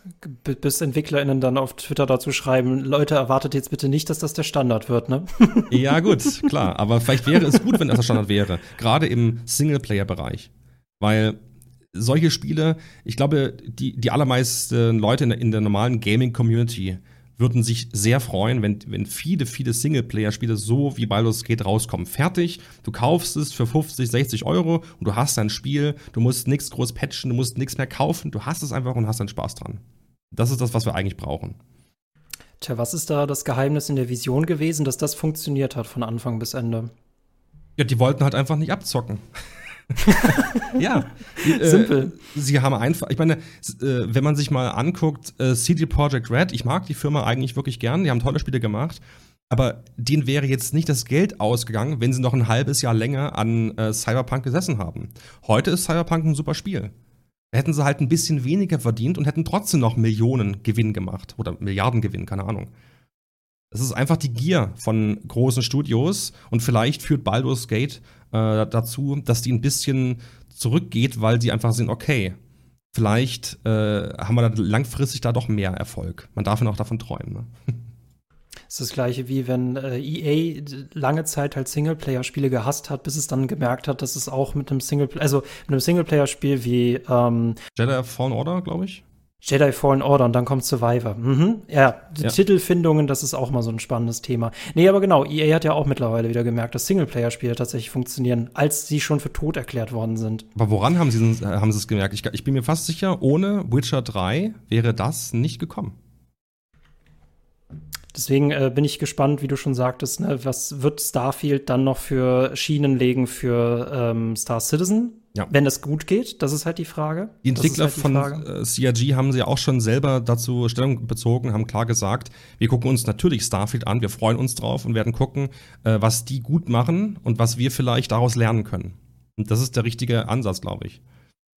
bis EntwicklerInnen dann auf Twitter dazu schreiben, Leute, erwartet jetzt bitte nicht, dass das der Standard wird, ne? Ja, gut, klar. Aber vielleicht wäre es gut, wenn das der Standard wäre. Gerade im Singleplayer-Bereich. Weil solche Spiele, ich glaube, die, die allermeisten Leute in der, in der normalen Gaming-Community würden sich sehr freuen, wenn, wenn viele, viele Singleplayer-Spiele so wie Baldur's Gate rauskommen. Fertig, du kaufst es für fünfzig, sechzig Euro und du hast dein Spiel, du musst nichts groß patchen, du musst nichts mehr kaufen, du hast es einfach und hast deinen Spaß dran. Das ist das, was wir eigentlich brauchen. Tja, was ist da das Geheimnis in der Vision gewesen, dass das funktioniert hat von Anfang bis Ende? Ja, die wollten halt einfach nicht abzocken. Ja, die, simpel. Äh, sie haben einfach, ich meine, äh, wenn man sich mal anguckt, äh, C D Projekt Red, ich mag die Firma eigentlich wirklich gern, die haben tolle Spiele gemacht, aber denen wäre jetzt nicht das Geld ausgegangen, wenn sie noch ein halbes Jahr länger an äh, Cyberpunk gesessen haben. Heute ist Cyberpunk ein super Spiel. Da hätten sie halt ein bisschen weniger verdient und hätten trotzdem noch Millionen Gewinn gemacht oder Milliarden Gewinn, keine Ahnung. Das ist einfach die Gier von großen Studios und vielleicht führt Baldur's Gate äh, dazu, dass die ein bisschen zurückgeht, weil sie einfach sehen, okay, vielleicht äh, haben wir da langfristig da doch mehr Erfolg. Man darf ja auch davon träumen. Ne? Das ist das Gleiche wie wenn äh, E A lange Zeit halt Singleplayer-Spiele gehasst hat, bis es dann gemerkt hat, dass es auch mit einem Singleplayer, also mit einem Singleplayer-Spiel wie ähm, Jedi Fallen Order, glaube ich. Jedi Fallen Order und dann kommt Survivor. Mhm. Ja, die Ja. Titelfindungen, das ist auch mal so ein spannendes Thema. Nee, aber genau, E A hat ja auch mittlerweile wieder gemerkt, dass Singleplayer-Spiele tatsächlich funktionieren, als sie schon für tot erklärt worden sind. Aber woran haben sie, haben sie es gemerkt? Ich, ich bin mir fast sicher, ohne Witcher drei wäre das nicht gekommen. Deswegen äh, bin ich gespannt, wie du schon sagtest, ne, was wird Starfield dann noch für Schienen legen für ähm, Star Citizen? Ja. Wenn es gut geht, das ist halt die Frage. Die Das ist Entwickler halt die von Frage. äh, C R G haben sie auch schon selber dazu Stellung bezogen, haben klar gesagt, wir gucken uns natürlich Starfield an, wir freuen uns drauf und werden gucken, äh, was die gut machen und was wir vielleicht daraus lernen können. Und das ist der richtige Ansatz, glaube ich.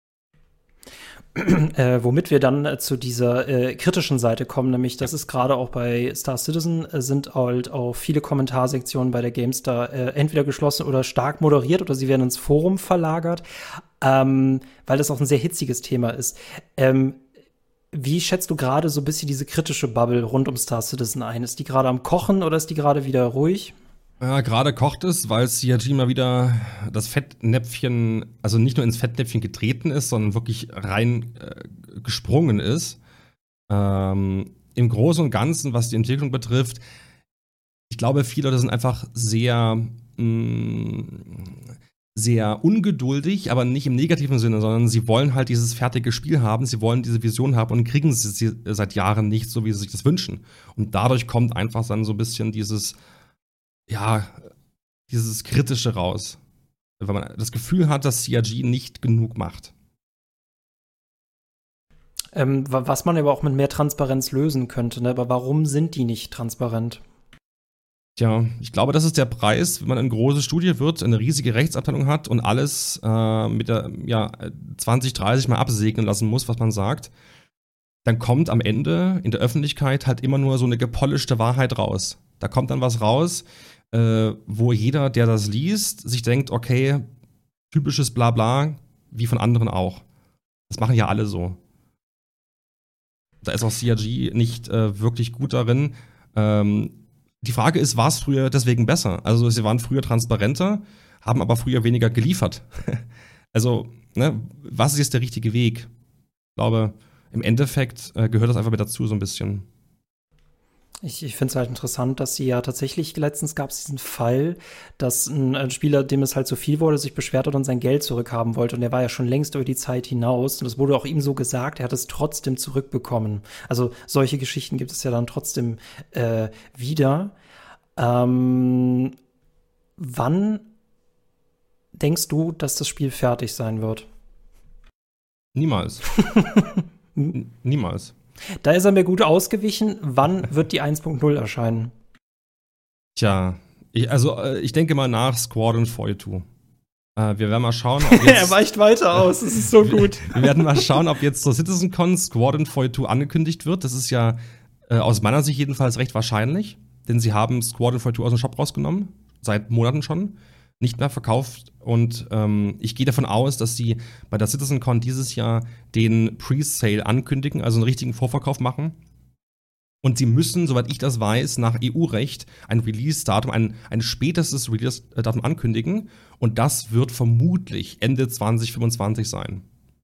Äh, womit wir dann äh, zu dieser äh, kritischen Seite kommen, nämlich das ist gerade auch bei Star Citizen, äh, sind halt auch viele Kommentarsektionen bei der GameStar äh, entweder geschlossen oder stark moderiert oder sie werden ins Forum verlagert, ähm, weil das auch ein sehr hitziges Thema ist. Ähm, wie schätzt du gerade so ein bisschen diese kritische Bubble rund um Star Citizen ein? Ist die gerade am Kochen oder ist die gerade wieder ruhig? Ja, gerade kocht es, weil C R G mal wieder das Fettnäpfchen, also nicht nur ins Fettnäpfchen getreten ist, sondern wirklich rein äh, gesprungen ist. Ähm, Im Großen und Ganzen, was die Entwicklung betrifft, ich glaube, viele Leute sind einfach sehr, mh, sehr ungeduldig, aber nicht im negativen Sinne, sondern sie wollen halt dieses fertige Spiel haben, sie wollen diese Vision haben und kriegen sie seit Jahren nicht so, wie sie sich das wünschen. Und dadurch kommt einfach dann so ein bisschen dieses ja, dieses Kritische raus. Weil man das Gefühl hat, dass C R G nicht genug macht. Ähm, was man aber auch mit mehr Transparenz lösen könnte, ne? Aber warum sind die nicht transparent? Tja, ich glaube, das ist der Preis, wenn man eine große Studie wird, eine riesige Rechtsabteilung hat und alles äh, mit der ja, zwanzig, dreißig Mal absegnen lassen muss, was man sagt. Dann kommt am Ende in der Öffentlichkeit halt immer nur so eine gepolischte Wahrheit raus. Da kommt dann was raus, Äh, wo jeder, der das liest, sich denkt, okay, typisches Blabla, wie von anderen auch. Das machen ja alle so. Da ist auch C R G nicht äh, wirklich gut darin. Ähm, die Frage ist, war es früher deswegen besser? Also sie waren früher transparenter, haben aber früher weniger geliefert. Also, ne, was ist jetzt der richtige Weg? Ich glaube, im Endeffekt äh, gehört das einfach mit dazu so ein bisschen. Ich, ich finde es halt interessant, dass sie ja tatsächlich, letztens gab es diesen Fall, dass ein, ein Spieler, dem es halt zu viel wurde, sich beschwert hat und sein Geld zurückhaben wollte. Und der war ja schon längst über die Zeit hinaus. Und das wurde auch ihm so gesagt, er hat es trotzdem zurückbekommen. Also solche Geschichten gibt es ja dann trotzdem äh, wieder. Ähm, wann denkst du, dass das Spiel fertig sein wird? Niemals. N- niemals. Da ist er mir gut ausgewichen. Wann wird die eins Punkt null erscheinen? Tja, ich, also äh, ich denke mal nach Squadron zweiundvierzig. Äh, wir werden mal schauen, ob jetzt Er weicht weiter aus, das ist so gut. wir werden mal schauen, ob jetzt zur CitizenCon Squadron zweiundvierzig angekündigt wird. Das ist ja äh, aus meiner Sicht jedenfalls recht wahrscheinlich, denn sie haben Squadron zweiundvierzig aus dem Shop rausgenommen, seit Monaten schon. nicht mehr verkauft. Und ähm, ich gehe davon aus, dass sie bei der CitizenCon dieses Jahr den Pre-Sale ankündigen, also einen richtigen Vorverkauf machen. Und sie müssen, soweit ich das weiß, nach E U-Recht ein Release-Datum, ein, ein spätestes Release-Datum ankündigen. Und das wird vermutlich Ende zwanzig fünfundzwanzig sein.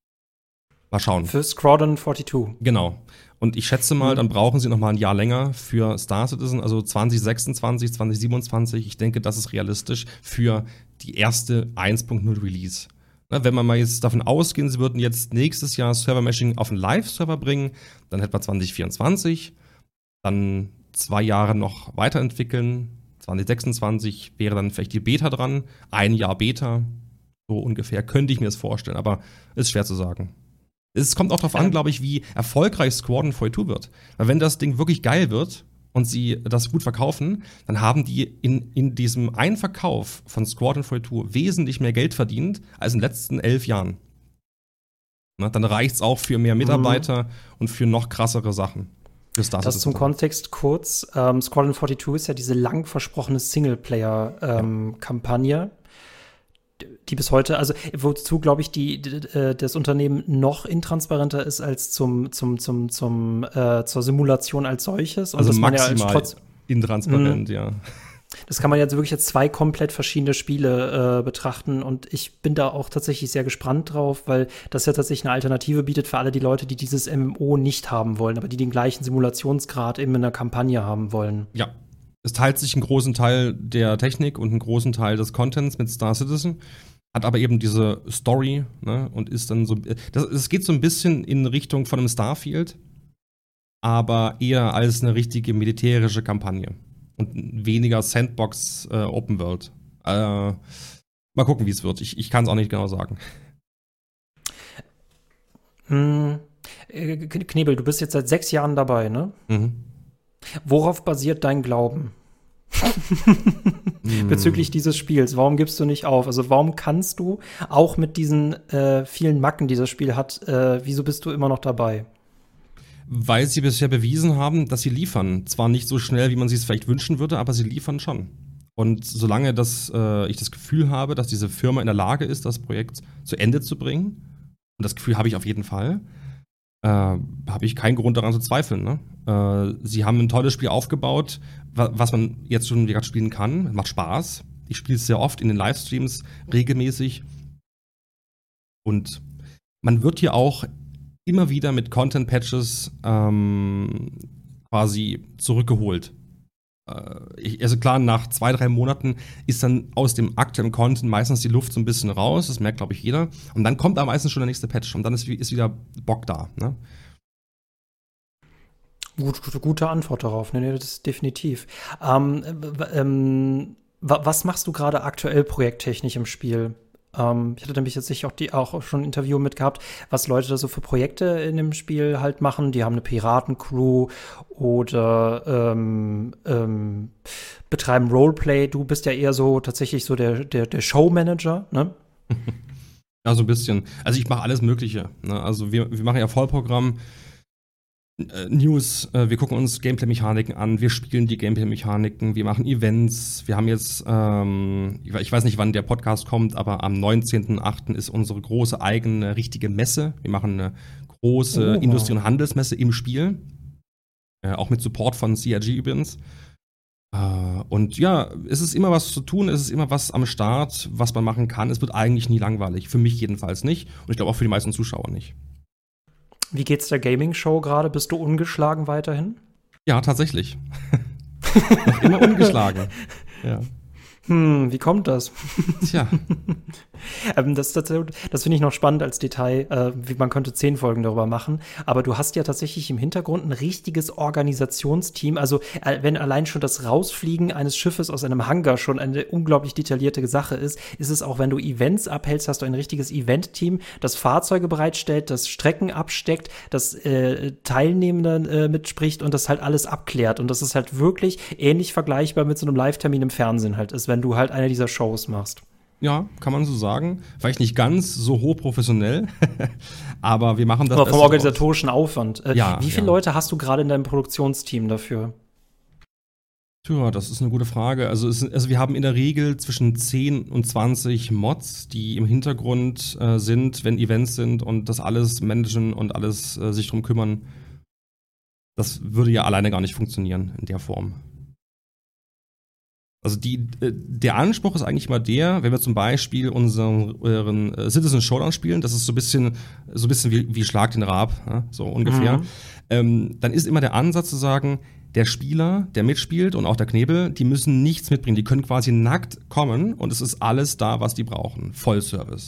Mal schauen. Für Squadron zweiundvierzig. Genau. Und ich schätze mal, dann brauchen sie noch mal ein Jahr länger für Star Citizen, also zwanzig sechsundzwanzig, zwanzig siebenundzwanzig. Ich denke, das ist realistisch für die erste eins Punkt null Release. Na, wenn man mal jetzt davon ausgehen, sie würden jetzt nächstes Jahr Server-Meshing auf einen Live-Server bringen, dann hätten wir zwanzig vierundzwanzig, dann zwei Jahre noch weiterentwickeln. zwanzig sechsundzwanzig wäre dann vielleicht die Beta dran, ein Jahr Beta, so ungefähr, könnte ich mir das vorstellen, aber ist schwer zu sagen. Es kommt auch darauf an, glaube ich, wie erfolgreich Squadron zweiundvierzig wird. Weil wenn das Ding wirklich geil wird und sie das gut verkaufen, dann haben die in, in diesem einen Verkauf von Squadron zweiundvierzig wesentlich mehr Geld verdient als in den letzten elf Jahren. Na, dann reicht's auch für mehr Mitarbeiter mhm. und für noch krassere Sachen. Das, das zum Kontext kurz. Ähm, Squadron zweiundvierzig ist ja diese lang versprochene Singleplayer-Kampagne. Ähm, ja. Die bis heute, also wozu, glaube ich, die, die, das Unternehmen noch intransparenter ist als zum, zum, zum, zum, äh, zur Simulation als solches. Und also das maximal man ja trotz, intransparent, mh, ja. Das kann man jetzt wirklich als zwei komplett verschiedene Spiele äh, betrachten. Und ich bin da auch tatsächlich sehr gespannt drauf, weil das ja tatsächlich eine Alternative bietet für alle die Leute, die dieses M M O nicht haben wollen, aber die den gleichen Simulationsgrad eben in der Kampagne haben wollen. Ja. Es teilt sich einen großen Teil der Technik und einen großen Teil des Contents mit Star Citizen, hat aber eben diese Story, ne, und ist dann so, das, es geht so ein bisschen in Richtung von einem Starfield, aber eher als eine richtige militärische Kampagne und weniger Sandbox äh, Open World. Äh, mal gucken, wie es wird. Ich, ich kann es auch nicht genau sagen. Hm. Knebel, du bist jetzt seit sechs Jahren dabei, ne? Mhm. Worauf basiert dein Glauben mm. bezüglich dieses Spiels? Warum gibst du nicht auf? Also warum kannst du auch mit diesen äh, vielen Macken, die das Spiel hat, äh, wieso bist du immer noch dabei? Weil sie bisher bewiesen haben, dass sie liefern. Zwar nicht so schnell, wie man sich es vielleicht wünschen würde, aber sie liefern schon. Und solange das, äh, ich das Gefühl habe, dass diese Firma in der Lage ist, das Projekt zu Ende zu bringen, und das Gefühl habe ich auf jeden Fall, äh, habe ich keinen Grund daran zu zweifeln, ne? Äh, sie haben ein tolles Spiel aufgebaut, wa- was man jetzt schon gerade spielen kann. Macht Spaß. Ich spiele es sehr oft in den Livestreams, regelmäßig. Und man wird hier auch immer wieder mit Content-Patches ähm, quasi zurückgeholt. Äh, ich, also klar, nach zwei, drei Monaten ist dann aus dem aktuellen Content meistens die Luft so ein bisschen raus. Das merkt, glaube ich, jeder. Und dann kommt da meistens schon der nächste Patch. Und dann ist, ist wieder Bock da, ne? Gut, gute, gute Antwort darauf, ne, das ist definitiv. Ähm, ähm, was machst du gerade aktuell projekttechnisch im Spiel? Ähm, ich hatte nämlich jetzt sicher auch, die, auch schon ein Interview mit gehabt, was Leute da so für Projekte in dem Spiel halt machen. Die haben eine Piratencrew oder ähm, ähm, betreiben Roleplay. Du bist ja eher so tatsächlich so der, der, der Showmanager, ne? Ja, so ein bisschen. Also ich mache alles Mögliche, ne? Also wir, wir machen ja Vollprogramm. News, äh, wir gucken uns Gameplay-Mechaniken an, wir spielen die Gameplay-Mechaniken, wir machen Events, wir haben jetzt, ähm, ich weiß nicht, wann der Podcast kommt, aber am neunzehnten achten ist unsere große eigene richtige Messe. Wir machen eine große oh. Industrie- und Handelsmesse im Spiel, äh, auch mit Support von C R G übrigens. Äh, und ja, es ist immer was zu tun, es ist immer was am Start, was man machen kann. Es wird eigentlich nie langweilig, für mich jedenfalls nicht und ich glaube auch für die meisten Zuschauer nicht. Wie geht's der Gaming-Show gerade? Bist du ungeschlagen weiterhin? Ja, tatsächlich. Noch immer ungeschlagen. Ja. Hm, wie kommt das? Tja. ähm, das das, das finde ich noch spannend als Detail. Äh, wie, man könnte zehn Folgen darüber machen. Aber du hast ja tatsächlich im Hintergrund ein richtiges Organisationsteam. Also äh, wenn allein schon das Rausfliegen eines Schiffes aus einem Hangar schon eine unglaublich detaillierte Sache ist, ist es auch, wenn du Events abhältst, hast du ein richtiges Event-Team, das Fahrzeuge bereitstellt, das Strecken absteckt, das äh, Teilnehmende äh, mitspricht und das halt alles abklärt. Und das ist halt wirklich ähnlich vergleichbar mit so einem Live-Termin im Fernsehen halt ist, wenn du halt eine dieser Shows machst. Ja, kann man so sagen. Vielleicht nicht ganz so hochprofessionell, aber wir machen das. Aber vom organisatorischen Aufwand. Äh, ja, wie viele ja. Leute hast du gerade in deinem Produktionsteam dafür? Tja, das ist eine gute Frage. Also, es, also wir haben in der Regel zwischen zehn und zwanzig Mods, die im Hintergrund äh, sind, wenn Events sind und das alles managen und alles äh, sich drum kümmern. Das würde ja alleine gar nicht funktionieren in der Form. Also die, äh, der Anspruch ist eigentlich mal der, wenn wir zum Beispiel unseren äh, Citizen Showdown spielen, das ist so ein bisschen, so ein bisschen wie, wie Schlag den Raab, ja, so ungefähr, mhm. ähm, dann ist immer der Ansatz zu sagen, der Spieler, der mitspielt und auch der Knebel, die müssen nichts mitbringen. Die können quasi nackt kommen und es ist alles da, was die brauchen. Vollservice.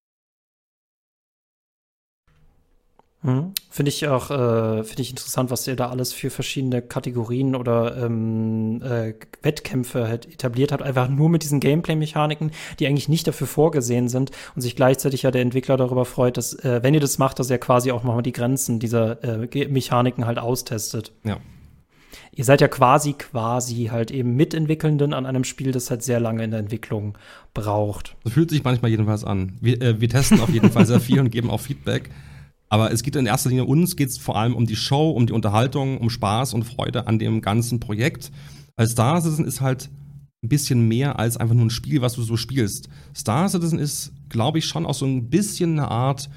Hm. Finde ich auch äh, finde ich interessant, was ihr da alles für verschiedene Kategorien oder ähm, äh, Wettkämpfe halt etabliert habt, einfach nur mit diesen Gameplay-Mechaniken, die eigentlich nicht dafür vorgesehen sind und sich gleichzeitig ja der Entwickler darüber freut, dass, äh, wenn ihr das macht, dass er quasi auch mal die Grenzen dieser äh, Mechaniken halt austestet. Ja. Ihr seid ja quasi, quasi halt eben Mitentwickelnden an einem Spiel, das halt sehr lange in der Entwicklung braucht. So fühlt sich manchmal jedenfalls an. Wir, äh, wir testen auf jeden Fall sehr viel und geben auch Feedback. Aber es geht in erster Linie, uns geht es vor allem um die Show, um die Unterhaltung, um Spaß und Freude an dem ganzen Projekt. Weil Star Citizen ist halt ein bisschen mehr als einfach nur ein Spiel, was du so spielst. Star Citizen ist, glaube ich, schon auch so ein bisschen eine Art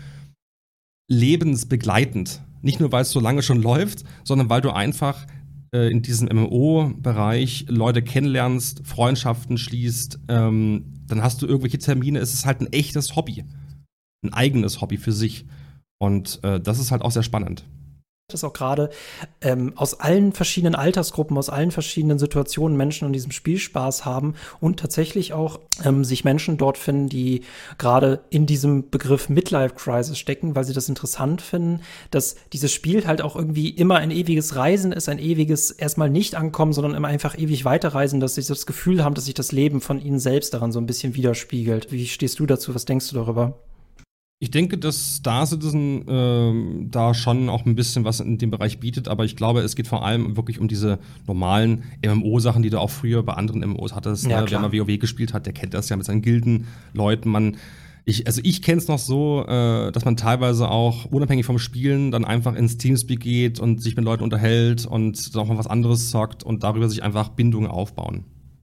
lebensbegleitend. Nicht nur, weil es so lange schon läuft, sondern weil du einfach äh, in diesem M M O-Bereich Leute kennenlernst, Freundschaften schließt, ähm, dann hast du irgendwelche Termine. Es ist halt ein echtes Hobby. Ein eigenes Hobby für sich. Und äh, das ist halt auch sehr spannend. Das auch gerade ähm, aus allen verschiedenen Altersgruppen, aus allen verschiedenen Situationen Menschen an diesem Spiel Spaß haben und tatsächlich auch ähm, sich Menschen dort finden, die gerade in diesem Begriff Midlife Crisis stecken, weil sie das interessant finden, dass dieses Spiel halt auch irgendwie immer ein ewiges Reisen ist, ein ewiges erstmal nicht ankommen, sondern immer einfach ewig weiterreisen, dass sie das Gefühl haben, dass sich das Leben von ihnen selbst daran so ein bisschen widerspiegelt. Wie stehst du dazu? Was denkst du darüber? Ich denke, dass Star Citizen ähm, da schon auch ein bisschen was in dem Bereich bietet, aber ich glaube, es geht vor allem wirklich um diese normalen M M O-Sachen, die du auch früher bei anderen M M Os hattest. Ja, ne? Wer mal WoW gespielt hat, der kennt das ja mit seinen Gildenleuten. Man, ich, also ich kenne es noch so, äh, dass man teilweise auch unabhängig vom Spielen dann einfach ins Teamspeak geht und sich mit Leuten unterhält und dann auch mal was anderes zockt und darüber sich einfach Bindungen aufbauen.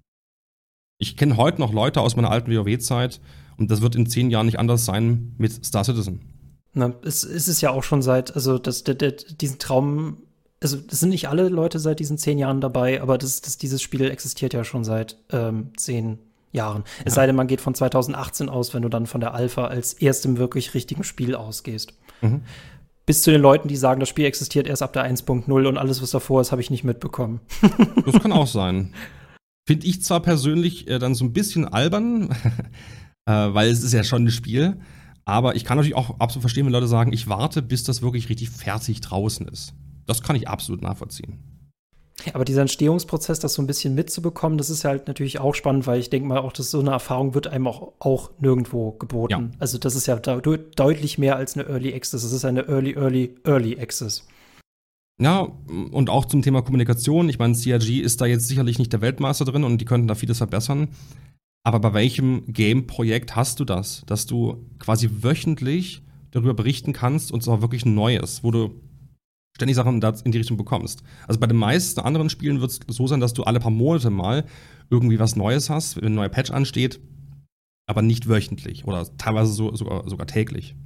Ich kenne heute noch Leute aus meiner alten WoW-Zeit, und das wird in zehn Jahren nicht anders sein mit Star Citizen. Na, es, es ist ja auch schon seit, also das, das, das, diesen Traum, also es sind nicht alle Leute seit diesen zehn Jahren dabei, aber das, das, dieses Spiel existiert ja schon seit ähm, zehn Jahren. Ja. Es sei denn, man geht von zwanzig achtzehn aus, wenn du dann von der Alpha als erstem wirklich richtigen Spiel ausgehst. Mhm. Bis zu den Leuten, die sagen, das Spiel existiert erst ab der eins Punkt null und alles, was davor ist, habe ich nicht mitbekommen. Das kann auch sein. Finde ich zwar persönlich äh, dann so ein bisschen albern, Äh, weil es ist ja schon ein Spiel. Aber ich kann natürlich auch absolut verstehen, wenn Leute sagen, ich warte, bis das wirklich richtig fertig draußen ist. Das kann ich absolut nachvollziehen. Aber dieser Entstehungsprozess, das so ein bisschen mitzubekommen, das ist halt natürlich auch spannend, weil ich denke mal auch, dass so eine Erfahrung wird einem auch, auch nirgendwo geboten. Ja. Also das ist ja de- deutlich mehr als eine Early Access. Das ist eine Early, Early, Early Access. Ja, und auch zum Thema Kommunikation. Ich meine, C R G ist da jetzt sicherlich nicht der Weltmeister drin und die könnten da vieles verbessern. Aber bei welchem Game-Projekt hast du das, dass du quasi wöchentlich darüber berichten kannst und zwar wirklich Neues, wo du ständig Sachen in die Richtung bekommst? Also bei den meisten anderen Spielen wird es so sein, dass du alle paar Monate mal irgendwie was Neues hast, wenn ein neuer Patch ansteht, aber nicht wöchentlich oder teilweise so, sogar, sogar täglich.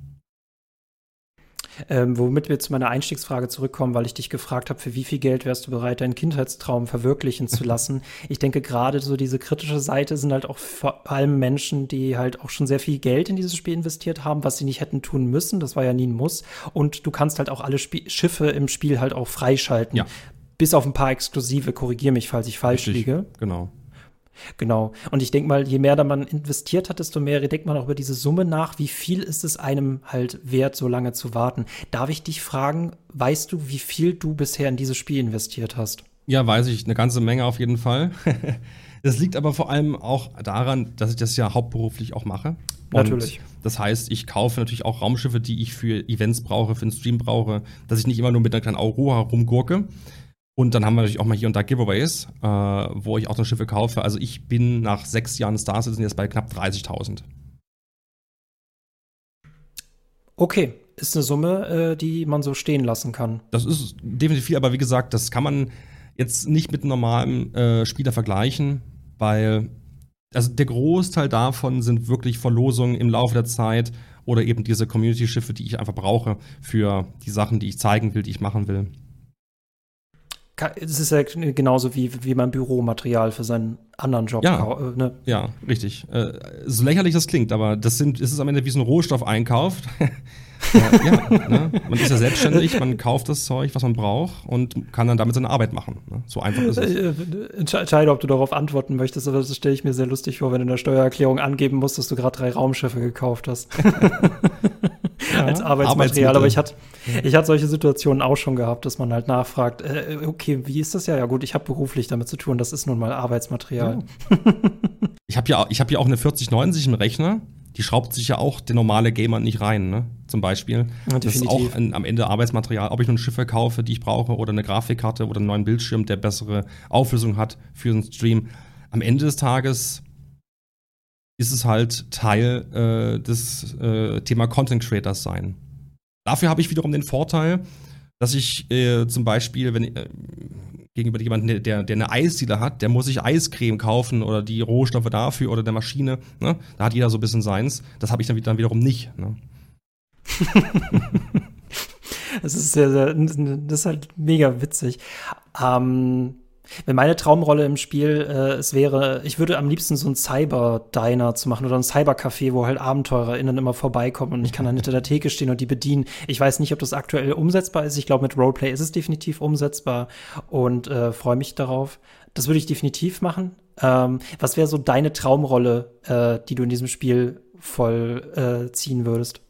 Ähm, womit wir zu meiner Einstiegsfrage zurückkommen, weil ich dich gefragt habe, für wie viel Geld wärst du bereit, deinen Kindheitstraum verwirklichen zu lassen? Ich denke, gerade so diese kritische Seite sind halt auch vor allem Menschen, die halt auch schon sehr viel Geld in dieses Spiel investiert haben, was sie nicht hätten tun müssen. Das war ja nie ein Muss. Und du kannst halt auch alle Sp- Schiffe im Spiel halt auch freischalten. Ja. Bis auf ein paar Exklusive. Korrigier mich, falls ich falsch Richtig, liege. Genau. Genau. Und ich denke mal, je mehr da man investiert hat, desto mehr denkt man auch über diese Summe nach. Wie viel ist es einem halt wert, so lange zu warten? Darf ich dich fragen, weißt du, wie viel du bisher in dieses Spiel investiert hast? Ja, weiß ich. Eine ganze Menge auf jeden Fall. Das liegt aber vor allem auch daran, dass ich das ja hauptberuflich auch mache. Und natürlich. Das heißt, ich kaufe natürlich auch Raumschiffe, die ich für Events brauche, für den Stream brauche, dass ich nicht immer nur mit einer kleinen Aurora rumgurke. Und dann haben wir natürlich auch mal hier und da Giveaways, äh, wo ich auch noch Schiffe kaufe. Also ich bin nach sechs Jahren Star Citizen jetzt bei knapp dreißigtausend. Okay, ist eine Summe, äh, die man so stehen lassen kann. Das ist definitiv viel, aber wie gesagt, das kann man jetzt nicht mit einem normalen äh, Spieler vergleichen, weil also der Großteil davon sind wirklich Verlosungen im Laufe der Zeit oder eben diese Community-Schiffe, die ich einfach brauche für die Sachen, die ich zeigen will, die ich machen will. Es ist ja genauso wie, wie man Büromaterial für seinen anderen Job Ja, kauft. Ne? ja, richtig. Äh, so lächerlich das klingt, aber das sind, ist es am Ende wie so ein Rohstoffeinkauf. äh, ja, ne? Man ist ja selbstständig, man kauft das Zeug, was man braucht und kann dann damit seine Arbeit machen. Ne? So einfach ist es. Entscheide, ob du darauf antworten möchtest, aber das stelle ich mir sehr lustig vor, wenn du in der Steuererklärung angeben musst, dass du gerade drei Raumschiffe gekauft hast. Ja, als Arbeitsmaterial. Aber ich hatte ich hatte solche Situationen auch schon gehabt, dass man halt nachfragt, äh, okay, wie ist das ja? Ja gut, ich habe beruflich damit zu tun, das ist nun mal Arbeitsmaterial. Ja. Ich habe ja, ich hab ja auch eine vierzig neunzig im Rechner, die schraubt sich ja auch der normale Gamer nicht rein, ne? Zum Beispiel. Ja, das ist auch ein, am Ende Arbeitsmaterial, ob ich nun Schiffe kaufe, die ich brauche, oder eine Grafikkarte oder einen neuen Bildschirm, der bessere Auflösung hat für einen Stream. Am Ende des Tages ist es halt Teil äh, des äh, Thema Content Creators sein. Dafür habe ich wiederum den Vorteil, dass ich äh, zum Beispiel, wenn äh, gegenüber jemandem, der, der eine Eisdiele hat, der muss sich Eiscreme kaufen oder die Rohstoffe dafür oder der Maschine. Ne? Da hat jeder so ein bisschen seins. Das habe ich dann, dann wiederum nicht. Ne? Das ist sehr, sehr, das ist halt mega witzig. Ähm, wenn meine Traumrolle im Spiel äh, es wäre, ich würde am liebsten so ein Cyber-Diner zu machen oder ein Cyber-Café, wo halt AbenteurerInnen immer vorbeikommen und ich kann dann hinter der Theke stehen und die bedienen. Ich weiß nicht, ob das aktuell umsetzbar ist. Ich glaube, mit Roleplay ist es definitiv umsetzbar und äh, freue mich darauf. Das würde ich definitiv machen. Ähm, was wäre so deine Traumrolle, äh, die du in diesem Spiel voll äh, ziehen würdest?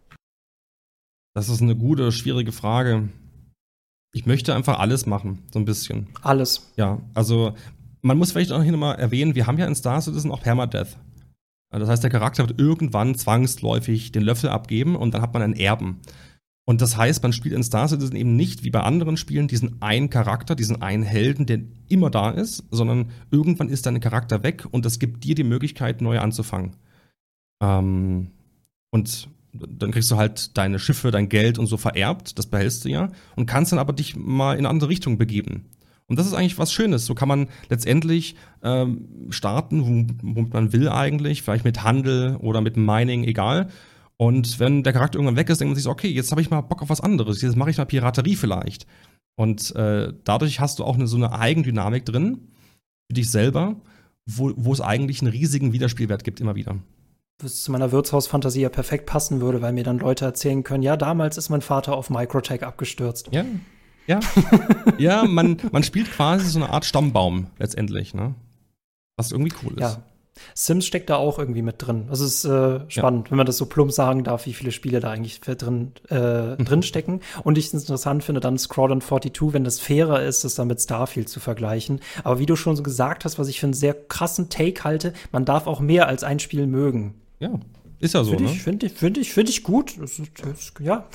Das ist eine gute, schwierige Frage. Ich möchte einfach alles machen, so ein bisschen. Alles. Ja, also man muss vielleicht auch noch mal erwähnen, wir haben ja in Star Citizen auch Permadeath. Das heißt, der Charakter wird irgendwann zwangsläufig den Löffel abgeben und dann hat man einen Erben. Und das heißt, man spielt in Star Citizen eben nicht wie bei anderen Spielen diesen einen Charakter, diesen einen Helden, der immer da ist, sondern irgendwann ist dein Charakter weg und das gibt dir die Möglichkeit, neu anzufangen. Ähm, und dann kriegst du halt deine Schiffe, dein Geld und so vererbt, das behältst du ja, und kannst dann aber dich mal in eine andere Richtung begeben. Und das ist eigentlich was Schönes. So kann man letztendlich ähm, starten, womit man will eigentlich, vielleicht mit Handel oder mit Mining, egal. Und wenn der Charakter irgendwann weg ist, denkt man sich so, okay, jetzt habe ich mal Bock auf was anderes, jetzt mache ich mal Piraterie vielleicht. Und äh, dadurch hast du auch eine, so eine Eigendynamik drin, für dich selber, wo, wo es eigentlich einen riesigen Wiederspielwert gibt, immer wieder. Was zu meiner Wirtshausfantasie ja perfekt passen würde, weil mir dann Leute erzählen können, ja, damals ist mein Vater auf Microtech abgestürzt. Ja, ja. Ja, man, man spielt quasi so eine Art Stammbaum letztendlich, ne? Was irgendwie cool ist. Ja. Sims steckt da auch irgendwie mit drin. Also es ist äh, spannend, ja, wenn man das so plump sagen darf, wie viele Spiele da eigentlich drin, äh, drin stecken. Und ich es interessant finde, dann Squadron zweiundvierzig, wenn das fairer ist, das dann mit Starfield zu vergleichen. Aber wie du schon so gesagt hast, was ich für einen sehr krassen Take halte, man darf auch mehr als ein Spiel mögen. Ja, ist ja so, find ne? Ich, Finde ich, find ich, find ich gut. Das ist, das, ja.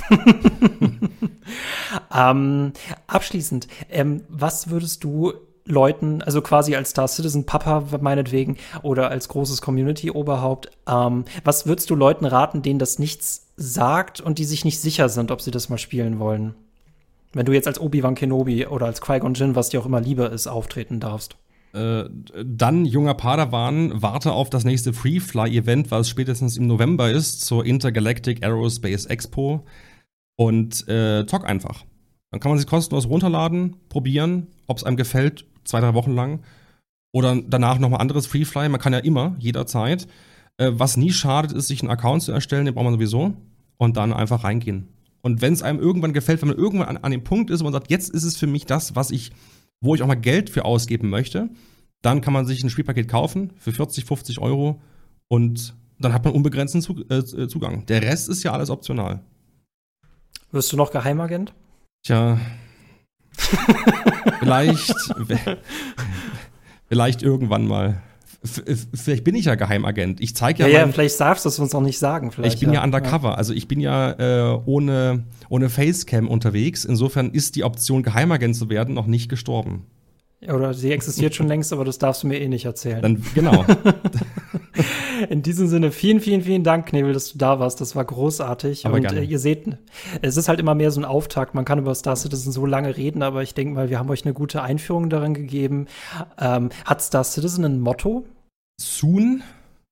ähm, abschließend, ähm, was würdest du Leuten, also quasi als Star Citizen Papa meinetwegen oder als großes Community-Oberhaupt, ähm, was würdest du Leuten raten, denen das nichts sagt und die sich nicht sicher sind, ob sie das mal spielen wollen? Wenn du jetzt als Obi-Wan Kenobi oder als Qui-Gon Jinn, was dir auch immer lieber ist, auftreten darfst. Äh, dann, junger Padawan, warte auf das nächste Free-Fly-Event, was spätestens im November ist, zur Intergalactic Aerospace Expo. Und äh, zock einfach. Dann kann man sich kostenlos runterladen, probieren, ob es einem gefällt, zwei, drei Wochen lang. Oder danach nochmal anderes Free-Fly. Man kann ja immer, jederzeit. Äh, was nie schadet, ist, sich einen Account zu erstellen, den braucht man sowieso. Und dann einfach reingehen. Und wenn es einem irgendwann gefällt, wenn man irgendwann an, an dem Punkt ist, wo man sagt, jetzt ist es für mich das, was ich wo ich auch mal Geld für ausgeben möchte, dann kann man sich ein Spielpaket kaufen für vierzig, fünfzig Euro und dann hat man unbegrenzten Zug- äh, Zugang. Der Rest ist ja alles optional. Wirst du noch Geheimagent? Tja, vielleicht, vielleicht irgendwann mal. F- vielleicht bin ich ja Geheimagent. Ich zeige ja, ja, mein, ja, vielleicht darfst du es uns noch nicht sagen. Ich bin ja, ja undercover. Ja. Also ich bin ja äh, ohne, ohne Facecam unterwegs. Insofern ist die Option, Geheimagent zu werden, noch nicht gestorben. Oder sie existiert schon längst, aber das darfst du mir eh nicht erzählen. Dann, genau. In diesem Sinne, vielen, vielen, vielen Dank, Knebel, dass du da warst. Das war großartig. Aber und gerne. Äh, ihr seht, es ist halt immer mehr so ein Auftakt. Man kann über Star Citizen so lange reden, aber ich denke mal, wir haben euch eine gute Einführung darin gegeben. Ähm, hat Star Citizen ein Motto? Soon?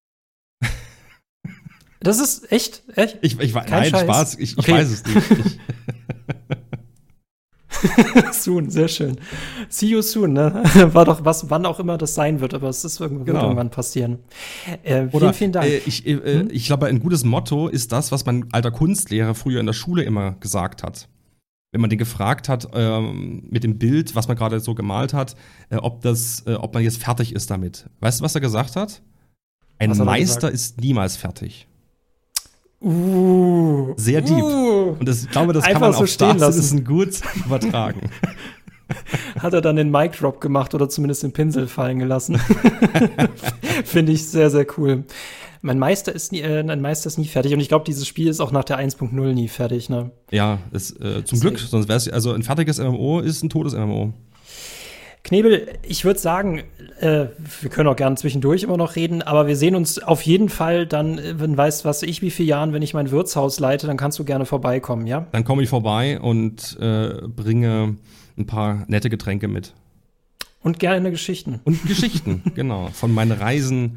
Das ist echt, echt? Ich, ich, Kein nein, Scheiß. Spaß, ich, ich Okay. weiß es nicht. Ich, Soon, sehr schön. See you soon, ne? War doch was, wann auch immer das sein wird, aber es ist irgendwann, Genau. wird irgendwann passieren. Äh, vielen, Oder, vielen Dank. Äh, ich äh, Hm? ich glaube, ein gutes Motto ist das, was mein alter Kunstlehrer früher in der Schule immer gesagt hat. Wenn man den gefragt hat, ähm, mit dem Bild, was man gerade so gemalt hat, äh, ob, das, äh, ob man jetzt fertig ist damit. Weißt du, was er gesagt hat? Ein Was hat er Meister gesagt? ist niemals fertig. Uh, Sehr deep. Uh, Und das, ich glaube, das kann Einfach man so auf Star stehen lassen. Citizen gut übertragen. hat er dann den Mic Drop gemacht oder zumindest den Pinsel fallen gelassen. Finde ich sehr, sehr cool. Mein Meister ist nie, äh, mein Meister ist nie fertig und ich glaube, dieses Spiel ist auch nach der eins Punkt null nie fertig, ne? Ja, ist, äh, zum Deswegen. Glück, sonst wäre es, also ein fertiges M M O ist ein totes M M O. Knebel, ich würde sagen, äh, wir können auch gerne zwischendurch immer noch reden, aber wir sehen uns auf jeden Fall dann, äh, wenn weißt, was ich, wie viele Jahren, wenn ich mein Wirtshaus leite, dann kannst du gerne vorbeikommen, ja? Dann komme ich vorbei und äh, bringe ein paar nette Getränke mit. Und gerne Geschichten. Und Geschichten, genau, von meinen Reisen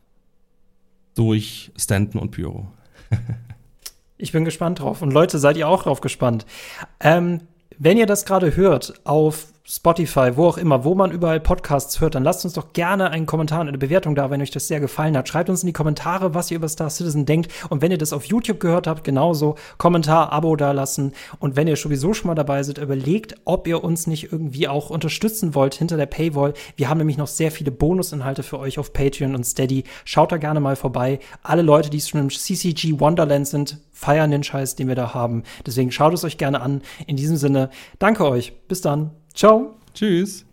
durch Stanton und Pyro. Ich bin gespannt drauf. Und Leute, seid ihr auch drauf gespannt? Ähm, wenn ihr das gerade hört auf Spotify, wo auch immer, wo man überall Podcasts hört, dann lasst uns doch gerne einen Kommentar und eine Bewertung da, wenn euch das sehr gefallen hat. Schreibt uns in die Kommentare, was ihr über Star Citizen denkt. Und wenn ihr das auf YouTube gehört habt, genauso Kommentar, Abo da lassen. Und wenn ihr sowieso schon mal dabei seid, überlegt, ob ihr uns nicht irgendwie auch unterstützen wollt hinter der Paywall. Wir haben nämlich noch sehr viele Bonusinhalte für euch auf Patreon und Steady. Schaut da gerne mal vorbei. Alle Leute, die schon im C C G Wonderland sind, feiern den Scheiß, den wir da haben. Deswegen schaut es euch gerne an. In diesem Sinne, danke euch. Bis dann. Ciao. Tschüss.